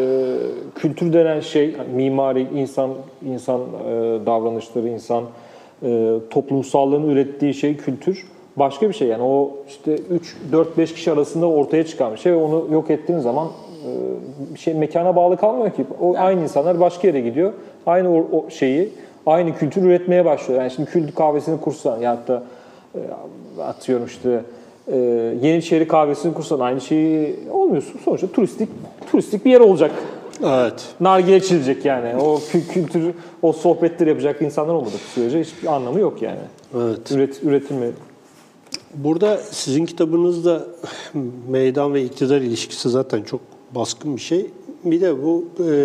kültür denen şey mimari, insan davranışları, insan toplumsallığın ürettiği şey kültür başka bir şey. Yani o işte 3-4-5 kişi arasında ortaya çıkan bir şey. Onu yok ettiğiniz zaman bir şey mekana bağlı kalmıyor ki. O aynı insanlar başka yere gidiyor. Aynı o şeyi, aynı kültür üretmeye başlıyor. Yani şimdi kültür kahvesini kursan ya da atıyorum işte Yeniçeri kahvesini kursan aynı şeyi olmuyorsun. Sonuçta turistik bir yer olacak. Evet. Nargile içilecek yani. O kültür, o sohbetleri yapacak insanlar olmadığı sürece hiçbir anlamı yok yani. Evet. Üretimi. Burada sizin kitabınızda meydan ve iktidar ilişkisi zaten çok baskın bir şey. Bir de bu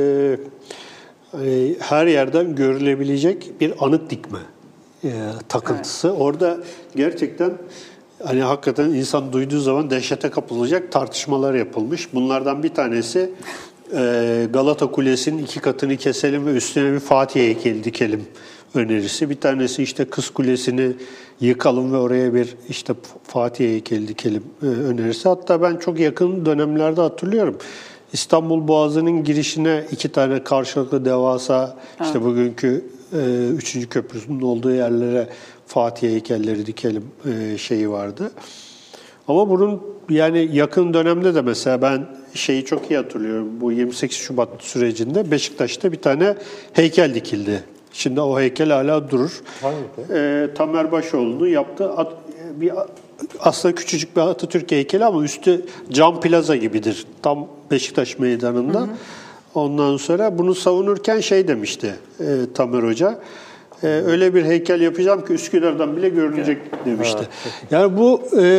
her yerden görülebilecek bir anıt dikme takıntısı. Evet. Orada gerçekten hani hakikaten insan duyduğu zaman dehşete kapılacak tartışmalar yapılmış. Bunlardan bir tanesi Galata Kulesi'nin 2 katını keselim ve üstüne bir Fatih heykeli dikelim önerisi. Bir tanesi işte Kız Kulesi'ni yıkalım ve oraya bir işte Fatih heykeli dikelim önerisi. Hatta ben çok yakın dönemlerde hatırlıyorum. İstanbul Boğazı'nın girişine 2 tane karşılıklı devasa işte bugünkü 3. köprüsünün olduğu yerlere Fatih heykelleri dikelim şeyi vardı. Ama bunun yani yakın dönemde de mesela ben şeyi çok iyi hatırlıyorum. Bu 28 Şubat sürecinde Beşiktaş'ta bir tane heykel dikildi. Şimdi o heykel hala durur. Hangi? Tamer Başoğlu'nun yaptığı aslında küçücük bir Atatürk heykeli ama üstü cam plaza gibidir. Tam Beşiktaş meydanında. Hı hı. Ondan sonra bunu savunurken şey demişti Tamer Hoca. Öyle bir heykel yapacağım ki Üsküdar'dan bile görünecek demişti. Evet. Yani bu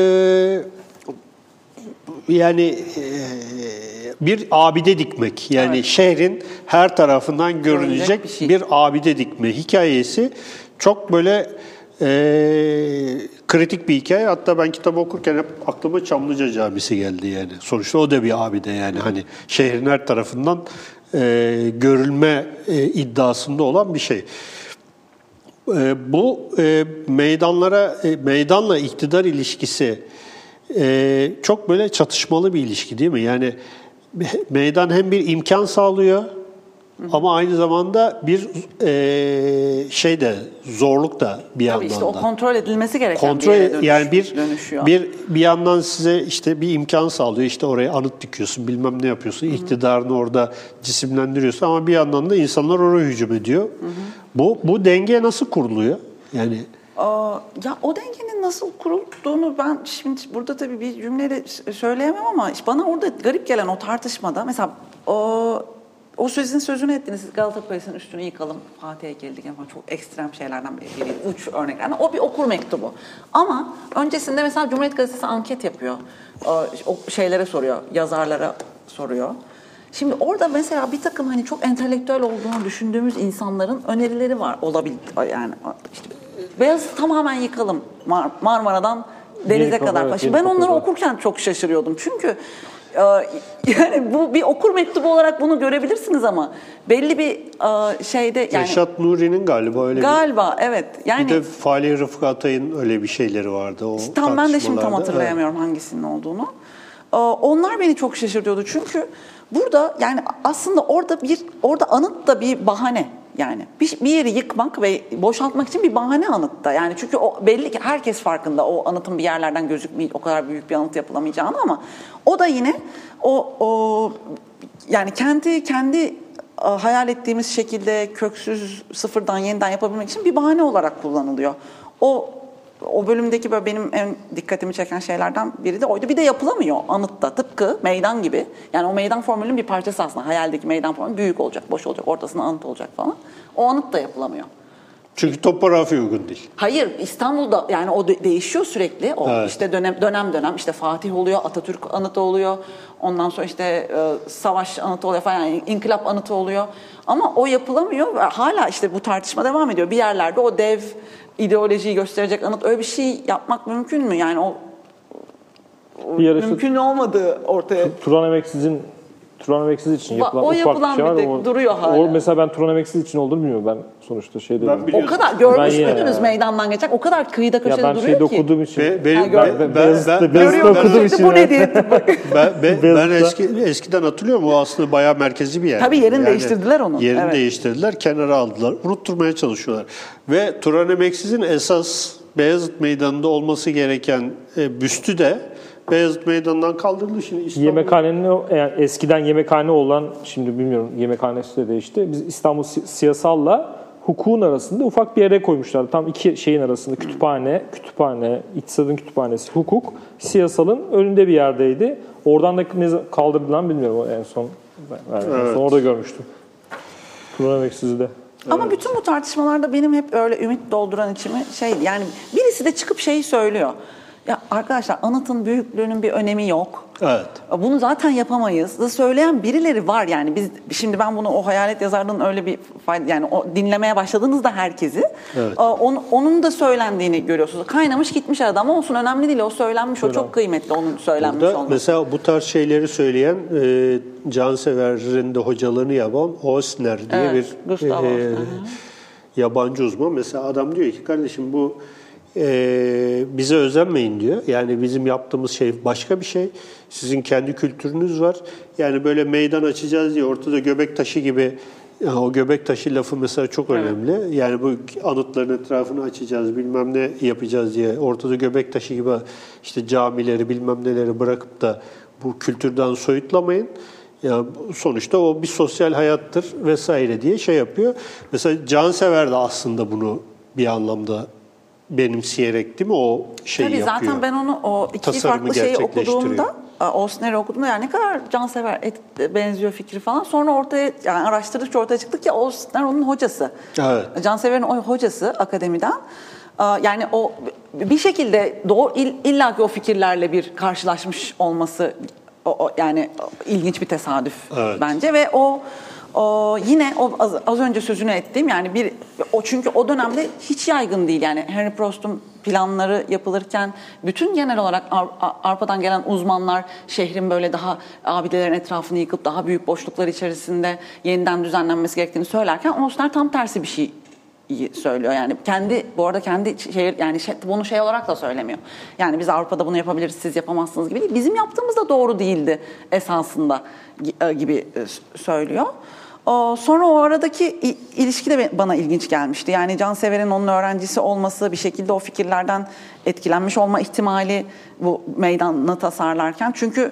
bir abide dikmek. Yani evet. Şehrin her tarafından görünecek bir abide dikme hikayesi çok böyle kritik bir hikaye. Hatta ben kitabı okurken hep aklıma Çamlıca Camisi geldi yani. Sonuçta o da bir abide yani. Hani şehrin her tarafından görülme iddiasında olan bir şey. Bu meydanla iktidar ilişkisi çok böyle çatışmalı bir ilişki değil mi? Yani meydan hem bir imkan sağlıyor ama aynı zamanda bir zorluk da bir yandan da. İşte o kontrol edilmesi gereken bir yere yani dönüşüyor. Bir yandan size işte bir imkan sağlıyor. İşte oraya anıt dikiyorsun, bilmem ne yapıyorsun. İktidarını orada cisimlendiriyorsun ama bir yandan da insanlar oraya hücum ediyor. Bu denge nasıl kuruluyor? Yani ya o dengenin nasıl kurulduğunu ben şimdi burada tabii bir cümleyle söyleyemem ama bana orada garip gelen o tartışmada mesela o sözünü ettiniz. Galata Kulesi'nin üstünü yıkalım, Fatih'e geldik ama çok ekstrem şeylerden biri, uç örneklerden. O bir okur mektubu. Ama öncesinde mesela Cumhuriyet Gazetesi anket yapıyor. O şeylere soruyor, yazarlara soruyor. Şimdi orada mesela bir takım hani çok entelektüel olduğunu düşündüğümüz insanların önerileri var olabilir yani işte Beyazıt'ı tamamen yıkalım Marmara'dan denize kadar. Evet, ben onları okurken çok şaşırıyordum çünkü yani bu bir okur mektubu olarak bunu görebilirsiniz ama belli bir şeyde yani Reşat Nuri'nin galiba öyle evet yani bir de Fahri Rıfkı Atay'ın öyle bir şeyleri vardı o tam ben de şimdi tam hatırlayamıyorum hangisinin olduğunu. Onlar beni çok şaşırtıyordu çünkü burada yani aslında orada anıt da bir bahane. Yani bir yeri yıkmak ve boşaltmak için bir bahane anıtta. Yani çünkü o belli ki herkes farkında o anıtın bir yerlerden gözükmeyecek, o kadar büyük bir anıt yapılamayacağını ama o da yine o yani kendi hayal ettiğimiz şekilde köksüz sıfırdan yeniden yapabilmek için bir bahane olarak kullanılıyor. O bölümdeki böyle benim en dikkatimi çeken şeylerden biri de oydu. Bir de yapılamıyor anıtta tıpkı meydan gibi. Yani o meydan formülünün bir parçası aslında. Hayaldeki meydan formülü büyük olacak, boş olacak, ortasında anıt olacak falan. O anıt da yapılamıyor. Çünkü topografi uygun değil. Hayır, İstanbul'da yani o değişiyor sürekli. O evet. İşte dönem işte Fatih oluyor, Atatürk anıtı oluyor. Ondan sonra işte savaş anıtı oluyor falan, yani inkılap anıtı oluyor. Ama o yapılamıyor ve hala işte bu tartışma devam ediyor. Bir yerlerde o dev ideolojiyi gösterecek anıt öyle bir şey yapmak mümkün mü? Yani o mümkün olmadığı ortaya. Turan Emeksiz için yapılan o ufak yapılan bir şey var. bir de duruyor hala. O mesela ben Turan Emeksiz için olduğunu bilmiyorum. Ben sonuçta şeyde... Ben biliyorum. O kadar görmüş Ben müydünüz meydandan geçen? O kadar kıyıda Ya köşede ben duruyor şeyde ki. okuduğum için... Ben Beyazıt'ta okuduğum için... Bu ne diye. Ben eskiden hatırlıyorum, o aslında bayağı merkezi bir yer. Tabii yerini değiştirdiler onun. Yerini Evet. değiştirdiler, kenara aldılar. Unutturmaya çalışıyorlar. Ve Turan Emeksiz'in esas Beyazıt Meydanı'nda olması gereken büstü de Beyazıt Meydanı'ndan kaldırıldı. Şimdi İstanbul... Yemekhanenin yani eskiden yemekhane olan, şimdi bilmiyorum yemekhanesi de değişti. Biz İstanbul Siyasal'la hukukun arasında ufak bir yere koymuşlar. Tam iki şeyin arasında kütüphane, İktisadın kütüphanesi, hukuk, Siyasal'ın önünde bir yerdeydi. Oradan da ne kaldırdılar bilmiyorum en son. En son orada görmüştüm. Turan Emeksiz'i de. Ama bütün bu tartışmalarda benim hep öyle ümit dolduran içimi şeydi. Yani birisi de çıkıp şeyi söylüyor. Ya arkadaşlar, anıtın büyüklüğünün bir önemi yok. Evet. Bunu zaten yapamayız da söyleyen birileri var yani. Biz şimdi ben bunu o hayalet yazarlığın öyle bir fayda, yani o dinlemeye başladığınızda herkesi onun da söylendiğini görüyorsunuz. Kaynamış gitmiş arada ama olsun, önemli değil, o söylenmiş, o çok kıymetli onun söylenmiş Burada olması. mesela bu tarz şeyleri söyleyen Cansever'in de hocalarını yapan Osner diye bir Gustav Osner. yabancı uzman. Mesela adam diyor ki, kardeşim bu bize özenmeyin diyor. Yani bizim yaptığımız şey başka bir şey. Sizin kendi kültürünüz var. Yani böyle meydan açacağız diye ortada göbek taşı gibi, yani o göbek taşı lafı mesela çok önemli. Yani bu anıtların etrafını açacağız, bilmem ne yapacağız diye ortada göbek taşı gibi işte camileri bilmem neleri bırakıp da bu kültürden soyutlamayın. Yani sonuçta o bir sosyal hayattır vesaire diye şey yapıyor. Mesela Cansever de aslında bunu bir anlamda benimseyerek, değil mi, o şeyi Tabii yapıyor. zaten ben onu o iki Tasarımı farklı şeyi gerçekleştiriyor. okuduğumda, Osner'i okuduğumda yani ne kadar cansever benziyor fikri falan. Sonra ortaya, yani araştırdıkça ortaya çıktı ki Osner onun hocası. Evet. Cansever'in o hocası akademiden. Yani o bir şekilde illaki o fikirlerle bir karşılaşmış olması yani ilginç bir tesadüf bence ve yine az önce sözünü ettiğim, yani çünkü o dönemde hiç yaygın değil. Yani Henry Prost'un planları yapılırken bütün genel olarak Avrupa'dan gelen uzmanlar şehrin böyle daha abidelerin etrafını yıkıp daha büyük boşluklar içerisinde yeniden düzenlenmesi gerektiğini söylerken Osner tam tersi bir şey söylüyor. Yani bu arada kendi şehir, yani bunu şey olarak da söylemiyor. Yani biz Avrupa'da bunu yapabiliriz, siz yapamazsınız gibi değil. Bizim yaptığımız da doğru değildi esasında gibi söylüyor. Sonra o aradaki ilişki de bana ilginç gelmişti. Yani Cansever'in onun öğrencisi olması, bir şekilde o fikirlerden etkilenmiş olma ihtimali bu meydanı tasarlarken. Çünkü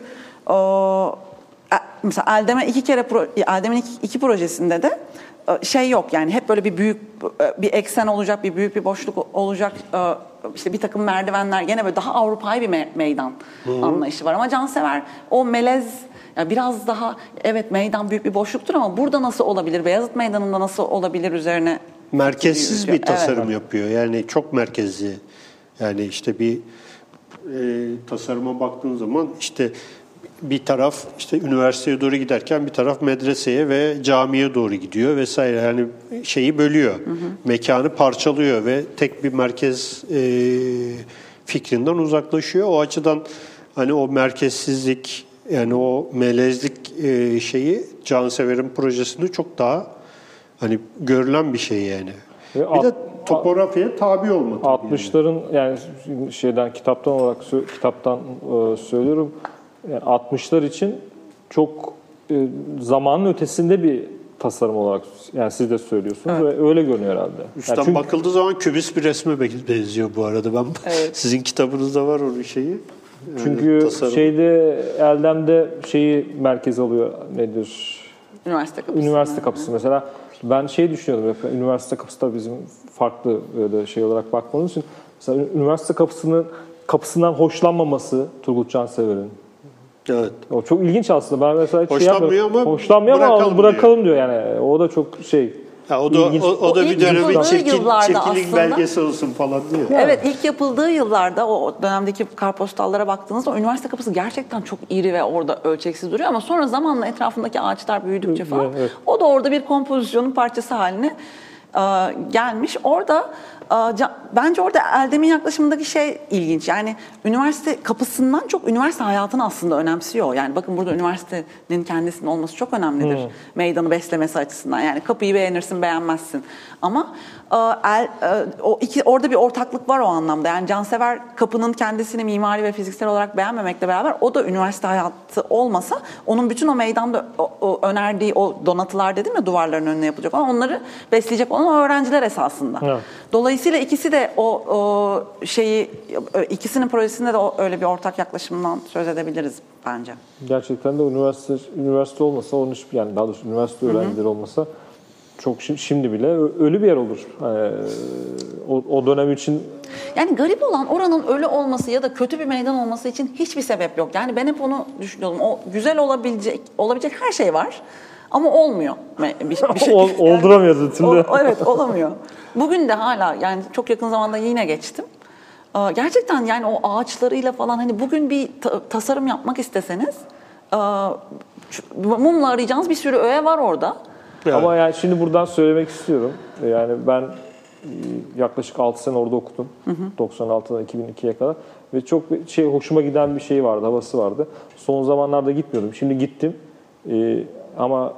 mesela Eldem'in iki projesinde de şey yok, yani hep böyle bir büyük bir eksen olacak, bir büyük bir boşluk olacak, işte bir takım merdivenler, gene böyle daha Avrupa'yı bir meydan anlayışı var. Ama Cansever o melez, yani biraz daha evet meydan büyük bir boşluktur ama burada nasıl olabilir, Beyazıt Meydanı'nda nasıl olabilir üzerine merkezsiz bir tasarım yapıyor. Yani çok merkezli. Yani işte bir tasarıma baktığın zaman işte bir taraf işte üniversiteye doğru giderken bir taraf medreseye ve camiye doğru gidiyor vesaire. Yani şeyi bölüyor. Mekanı parçalıyor ve tek bir merkez fikrinden uzaklaşıyor. O açıdan hani o merkezsizlik, yani o melezlik şeyi Cansever'in projesinde çok daha hani görülen bir şey yani. Ve bir de topografyaya tabi olmak. 60'ların yani kitaptan söylüyorum. Yani 60'lar için çok zamanın ötesinde bir tasarım olarak yani siz de söylüyorsunuz ve öyle görünüyor herhalde. Üstten yani bakıldığı zaman kübist bir resme benziyor bu arada. Ben sizin kitabınızda var onun şeyi. Çünkü tasarım. Eldem'de şeyi merkez alıyor, nedir? Üniversite kapısı mesela. Ben düşünüyordum. Üniversite kapısı da bizim farklı böyle şey olarak bakmamız için. Mesela üniversite kapısından hoşlanmaması Turgut Cansever'in. Evet. O çok ilginç aslında. Ben mesela hoşlanmıyor ama bırakalım diyor yani. O da çok Ya o da bir dönemin çirkinlik belgesi olsun falan diyor. Yani. Evet, ilk yapıldığı yıllarda o dönemdeki kartpostallara baktığınızda o üniversite kapısı gerçekten çok iri ve orada ölçeksiz duruyor ama sonra zamanla etrafındaki ağaçlar büyüdükçe falan o da orada bir kompozisyonun parçası haline gelmiş. Orada Bence orada Eldem'in yaklaşımındaki şey ilginç. Yani üniversite kapısından çok üniversite hayatını aslında önemsiyor. Yani bakın burada üniversitenin kendisinin olması çok önemlidir. Meydanı beslemesi açısından. Yani kapıyı beğenirsin, beğenmezsin. Ama orada bir ortaklık var o anlamda. Yani Cansever kapının kendisini mimari ve fiziksel olarak beğenmemekle beraber o da üniversite hayatı olmasa onun bütün o meydanda o önerdiği o donatılar dedim ya, duvarların önüne yapılacak olan, onları besleyecek olan o öğrenciler esasında. Evet. Dolayısıyla ikisi de ikisinin projesinde de öyle bir ortak yaklaşımdan söz edebiliriz bence. Gerçekten de üniversite olmasa, yani daha doğrusu üniversite öğrencileri olmasa çok şimdi bile ölü bir yer olur. O dönem için. Yani garip olan oranın ölü olması ya da kötü bir meydan olması için hiçbir sebep yok. Yani ben hep onu düşünüyordum. O güzel olabilecek her şey var. Ama olmuyor bir şey. Olduramıyordu türlü. Evet, olamıyor. Bugün de hala, yani çok yakın zamanda yine geçtim. Gerçekten yani o ağaçlarıyla falan, hani bugün bir tasarım yapmak isteseniz mumla arayacağınız bir sürü öğe var orada. Evet. Ama yani şimdi buradan söylemek istiyorum. Yani ben yaklaşık 6 sene orada okudum. 96'dan 2002'ye kadar. Ve çok hoşuma giden bir şey vardı, havası vardı. Son zamanlarda gitmiyordum. Şimdi gittim. Ama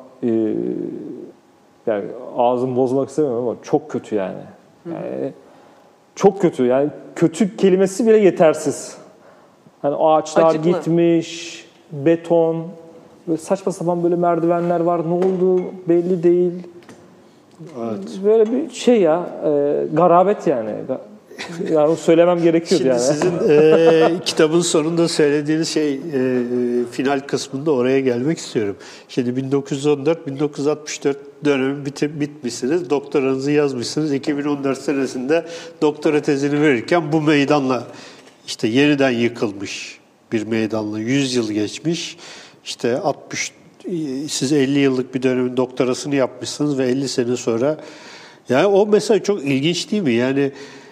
yani ağzımı bozmak istemiyorum ama çok kötü yani. Yani çok kötü. Yani kötü kelimesi bile yetersiz. Yani ağaçlar acıklı gitmiş, beton, böyle saçma sapan böyle merdivenler var. Ne oldu belli değil. Evet. Böyle bir şey ya, garabet yani. Yani onu söylemem gerekiyordu. Şimdi yani. Sizin kitabın sonunda söylediğiniz final kısmında oraya gelmek istiyorum. Şimdi 1914-1964 dönemi bitmişsiniz. Doktoranızı yazmışsınız. 2014 senesinde doktora tezini verirken bu meydanla işte yeniden yıkılmış bir meydanla 100 yıl geçmiş. İşte siz 50 yıllık bir dönemin doktorasını yapmışsınız ve 50 sene sonra, yani o mesela çok ilginç değil mi? Yani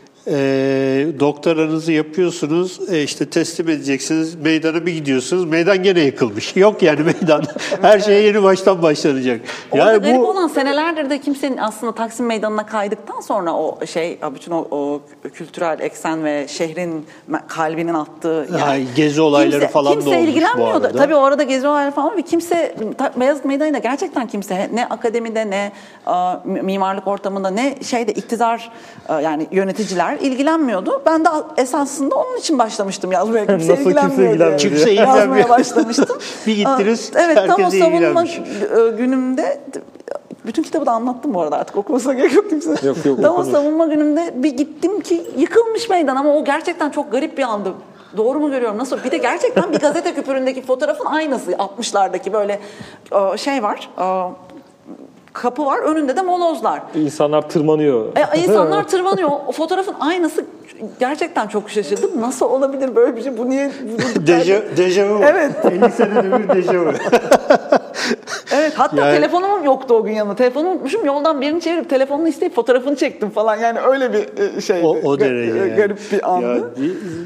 doktoranızı yapıyorsunuz, işte teslim edeceksiniz, meydana bir gidiyorsunuz, meydan gene yıkılmış. Yok yani meydan. Her şeye yeni baştan başlanacak. Orada yani garip olan, senelerdir de kimsenin aslında Taksim Meydanı'na kaydıktan sonra bütün o kültürel eksen ve şehrin kalbinin attığı, yani gezi olayları falan da olmuş kimse ilgilenmiyordu. bu arada. Tabii o arada gezi olayları falan, ve kimse Beyazıt Meydanı'nda gerçekten kimse, ne akademide ne mimarlık ortamında ne iktidar, yani yöneticiler ilgilenmiyordu. Ben de esasında onun için başlamıştım yazmaya. Kimse ilgilenmiyordu. Kimse yazmaya başlamıştım. Bir gittiniz, evet, tam o savunma günümde, bütün kitabı da anlattım bu arada, artık okumasına gerek yok kimse. Yok, tam o savunma günümde bir gittim ki yıkılmış meydan, ama o gerçekten çok garip bir andı. Doğru mu görüyorum? Nasıl? Bir de gerçekten bir gazete küpüründeki fotoğrafın aynısı, 60'lardaki böyle var. Kapı var, önünde de molozlar. İnsanlar tırmanıyor. İnsanlar tırmanıyor. O fotoğrafın aynısı, gerçekten çok şaşırdım. Nasıl olabilir böyle bir şey? Bu niye? Dejavu. Evet. 50 senede bir dejavu. Evet, hatta telefonum yoktu o gün yanımda. Telefonumu unutmuşum. Yoldan birini çevirip telefonunu isteyip fotoğrafını çektim falan. Yani öyle bir şey. O derece. Garip bir andı.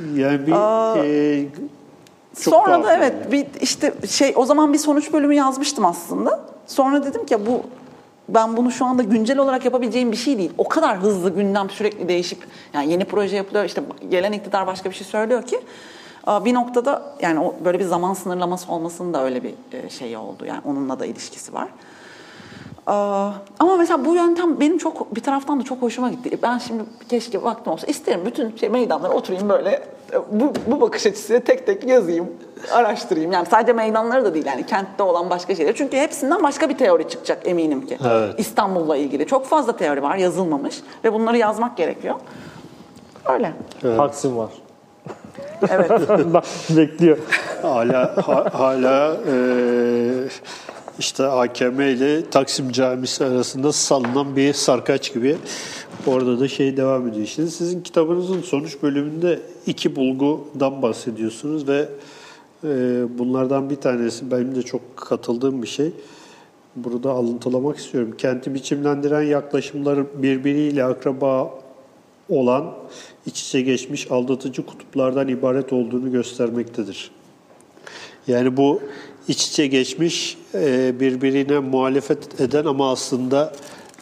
Çok sonra da evet, o zaman bir sonuç bölümü yazmıştım aslında. Sonra dedim ki ben bunu şu anda güncel olarak yapabileceğim bir şey değil. O kadar hızlı gündem sürekli değişip, yani yeni proje yapılıyor, işte gelen iktidar başka bir şey söylüyor ki bir noktada, yani böyle bir zaman sınırlaması olmasının da öyle bir şeyi oldu. Yani onunla da ilişkisi var. Ama mesela bu yöntem benim bir taraftan da çok hoşuma gitti. Ben şimdi keşke vaktim olsa isterim bütün meydanlara oturayım, böyle bu bakış açısıyla tek tek yazayım, araştırayım. Yani sadece meydanları da değil, yani kentte olan başka şeyler. Çünkü hepsinden başka bir teori çıkacak eminim ki. Evet. İstanbul'la ilgili çok fazla teori var, yazılmamış ve bunları yazmak gerekiyor. Öyle. Evet. Taksim var. Evet. Bekliyor. Hala işte AKM ile Taksim Camisi arasında salınan bir sarkaç gibi orada da devam ediyor. Şimdi sizin kitabınızın sonuç bölümünde 2 bulgudan bahsediyorsunuz ve bunlardan bir tanesi benim de çok katıldığım bir şey. Burada alıntılamak istiyorum. Kenti biçimlendiren yaklaşımların birbiriyle akraba olan, iç içe geçmiş aldatıcı kutuplardan ibaret olduğunu göstermektedir. Yani bu iç içe geçmiş, birbirine muhalefet eden ama aslında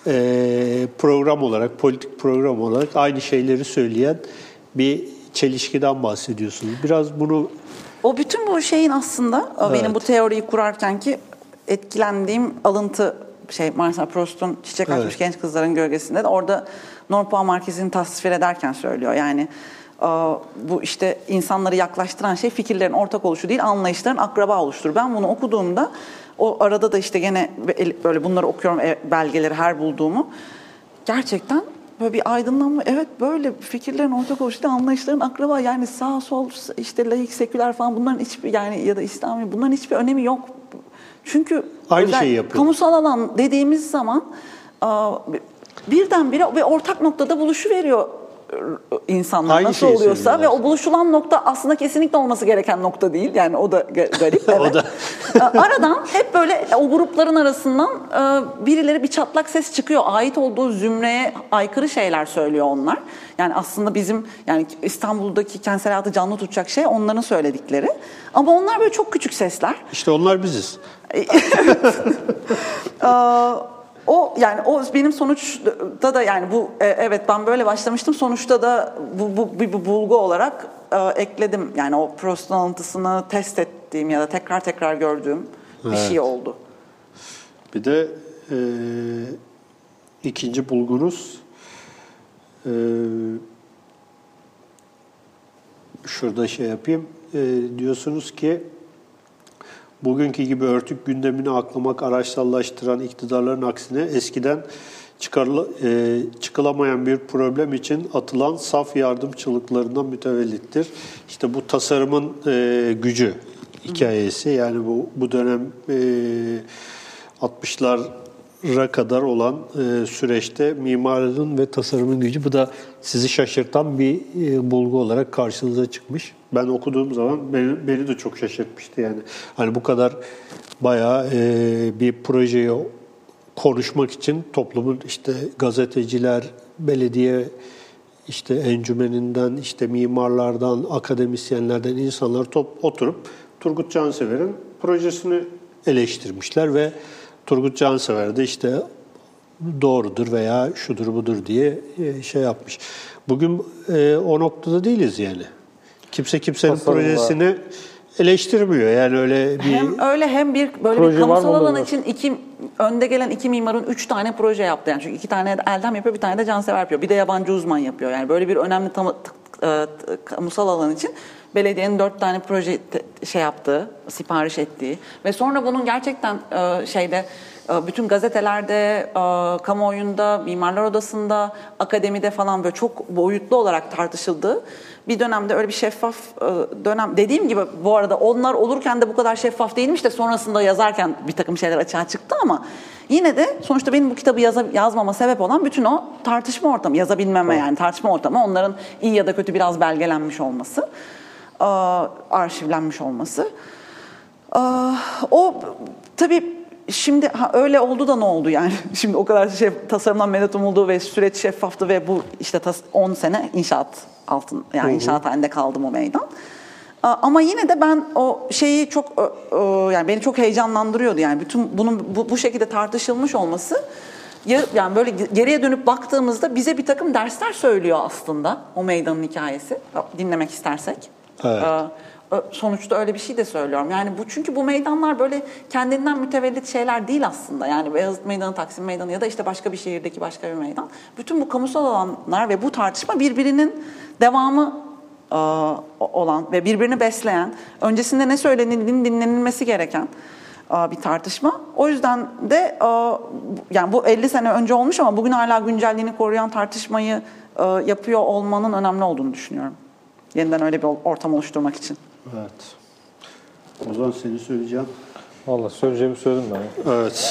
program olarak, politik program olarak aynı şeyleri söyleyen bir çelişkiden bahsediyorsunuz. Biraz bunu... O bütün bu şeyin aslında benim bu teoriyi kurarken ki etkilendiğim alıntı Marcel Proust'un Çiçek Açmış Genç Kızların Gölgesinde de orada Norpois Marquis'ini tasvir ederken söylüyor. Yani bu işte insanları yaklaştıran şey fikirlerin ortak oluşu değil, anlayışların akraba oluştur. Ben bunu okuduğumda o arada da işte gene böyle bunları okuyorum, belgeleri her bulduğumu. Gerçekten böyle bir aydınlanma. Evet, böyle fikirlerin ortak oluşu değil, anlayışların akraba. Yani sağ sol işte laik, seküler falan bunların hiçbir, yani ya da İslami, bunların hiçbir önemi yok. Çünkü aynı şeyi yapıyor. Kamusal alan dediğimiz zaman birdenbire ve ortak noktada buluşuveriyor insanlar aynı nasıl oluyorsa ve o buluşulan nokta aslında kesinlikle olması gereken nokta değil. Yani o da garip. Evet. O da. Aradan hep böyle o grupların arasından birileri bir çatlak ses çıkıyor. Ait olduğu zümreye aykırı şeyler söylüyor onlar. Yani aslında bizim yani İstanbul'daki kentsel hayatı canlı tutacak şey onların söyledikleri. Ama onlar böyle çok küçük sesler. İşte onlar biziz. O yani o benim sonuçta da yani bu evet ben böyle başlamıştım, sonuçta da bu bir bulgu olarak ekledim. Yani o Proust'un alıntısını test ettiğim ya da tekrar gördüğüm bir şey oldu. Bir de ikinci bulgunuz şurada şey yapayım. Diyorsunuz ki bugünkü gibi örtük gündemini aklamak, araçsallaştıran iktidarların aksine eskiden çıkılamayan bir problem için atılan saf yardımçılıklarından mütevellittir. İşte bu tasarımın gücü hikayesi. Yani bu dönem 60'lara kadar olan süreçte mimarlığın ve tasarımın gücü. Bu da sizi şaşırtan bir bulgu olarak karşınıza çıkmış. Ben okuduğum zaman beni de çok şaşırtmıştı yani. Hani bu kadar bayağı bir projeyi konuşmak için toplumun işte gazeteciler, belediye işte encümeninden, işte mimarlardan, akademisyenlerden insanlar oturup Turgut Cansever'in projesini eleştirmişler ve Turgut Cansever de işte doğrudur veya şudur budur diye şey yapmış. Bugün o noktada değiliz yani. Kimse kimsenin projesini eleştirmiyor. Yani öyle bir hem öyle hem bir böyle bir kamusal alan için önde gelen iki mimarın 3 tane proje yaptı. Yani çünkü 2 tane Eldem yapıyor, bir tane de Cansever yapıyor. Bir de yabancı uzman yapıyor. Yani böyle bir önemli kamusal alan için belediyenin 4 tane proje yaptığı, sipariş ettiği ve sonra bunun gerçekten bütün gazetelerde, kamuoyunda, Mimarlar Odası'nda, akademide falan böyle çok boyutlu olarak tartışıldığı bir dönemde öyle bir şeffaf dönem. Dediğim gibi bu arada onlar olurken de bu kadar şeffaf değilmiş de sonrasında yazarken bir takım şeyler açığa çıktı ama yine de sonuçta benim bu kitabı yazmama sebep olan bütün o tartışma ortamı, yazabilmeme yani tartışma ortamı, onların iyi ya da kötü biraz belgelenmiş olması, arşivlenmiş olması. O tabii şimdi öyle oldu da ne oldu yani? Şimdi o kadar tasarımdan medet umuldu ve süreç şeffaftı ve bu işte 10 sene inşaat inşaat halinde kaldım o meydan. Ama yine de ben o şeyi çok yani beni çok heyecanlandırıyordu yani bütün bunun bu şekilde tartışılmış olması. Yani böyle geriye dönüp baktığımızda bize bir takım dersler söylüyor aslında o meydanın hikayesi. Dinlemek istersek. Evet. Sonuçta öyle bir şey de söylüyorum. Yani çünkü bu meydanlar böyle kendinden mütevellit şeyler değil aslında. Yani Beyazıt Meydanı, Taksim Meydanı ya da işte başka bir şehirdeki başka bir meydan. Bütün bu kamusal alanlar ve bu tartışma birbirinin devamı olan ve birbirini besleyen, öncesinde ne söylenildiğinin dinlenilmesi gereken bir tartışma. O yüzden de yani bu 50 sene önce olmuş ama bugün hala güncelliğini koruyan tartışmayı yapıyor olmanın önemli olduğunu düşünüyorum. Yeniden öyle bir ortam oluşturmak için. Evet. O zaman seni söyleyeceğim. Vallahi söyleyeceğimi söyledim ben. Evet.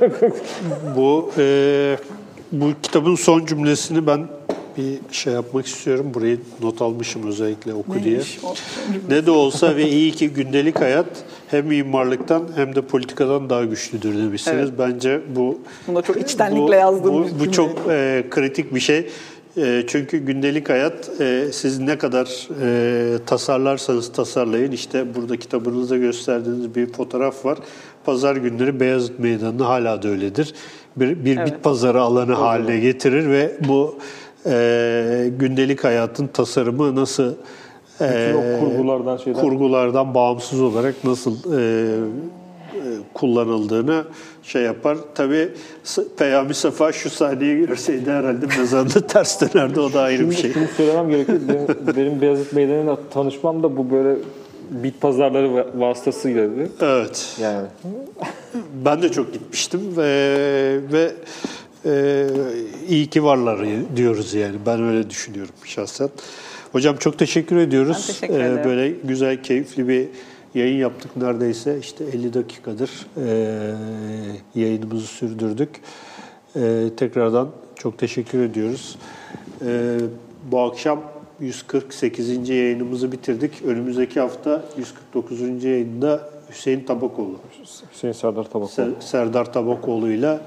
Bu kitabın son cümlesini ben bir şey yapmak istiyorum. Burayı not almışım özellikle oku diye. Ne de olsa ve iyi ki gündelik hayat hem mimarlıktan hem de politikadan daha güçlüdür demişsiniz. Evet. Bence bunda çok içtenlikle yazdığım bu çok kritik bir şey. Çünkü gündelik hayat siz ne kadar tasarlarsanız tasarlayın, işte burada kitabınızda gösterdiğiniz bir fotoğraf var. Pazar günleri Beyazıt Meydanı hala da öyledir. bir bit pazarı alanı haline getirir ve bu gündelik hayatın tasarımı nasıl Bütün o kurgulardan bağımsız olarak nasıl kullanıldığını şey yapar. Tabii Peyami Safa şu sahneyi görseydi herhalde mezarında ters dönerdi. O da ayrı bir şey. Şunu söylemem gerekiyor. Benim Beyazıt Meydanı'yla tanışmam da bu böyle bit pazarları vasıtasıydı. Evet. Yani. Ben de çok gitmiştim ve iyi ki varlar diyoruz yani. Ben öyle düşünüyorum şahsen. Hocam çok teşekkür ediyoruz. Ben teşekkür ederim. Böyle güzel, keyifli bir yayın yaptık. Neredeyse işte 50 dakikadır yayınımızı sürdürdük. Tekrardan çok teşekkür ediyoruz. Bu akşam 148. yayınımızı bitirdik. Önümüzdeki hafta 149. yayında Hüseyin Tabakoğlu. Hüseyin Serdar Tabakoğlu. Serdar Tabakoğlu'yla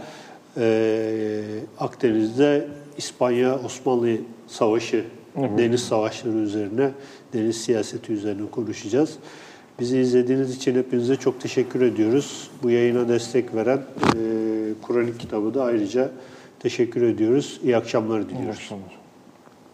Akdeniz'de İspanya-Osmanlı Savaşı, deniz savaşları üzerine, deniz siyaseti üzerine konuşacağız. Bizi izlediğiniz için hepinize çok teşekkür ediyoruz. Bu yayına destek veren Kur'an-ı Kitabı da ayrıca teşekkür ediyoruz. İyi akşamlar diliyoruz. İyi akşamlar.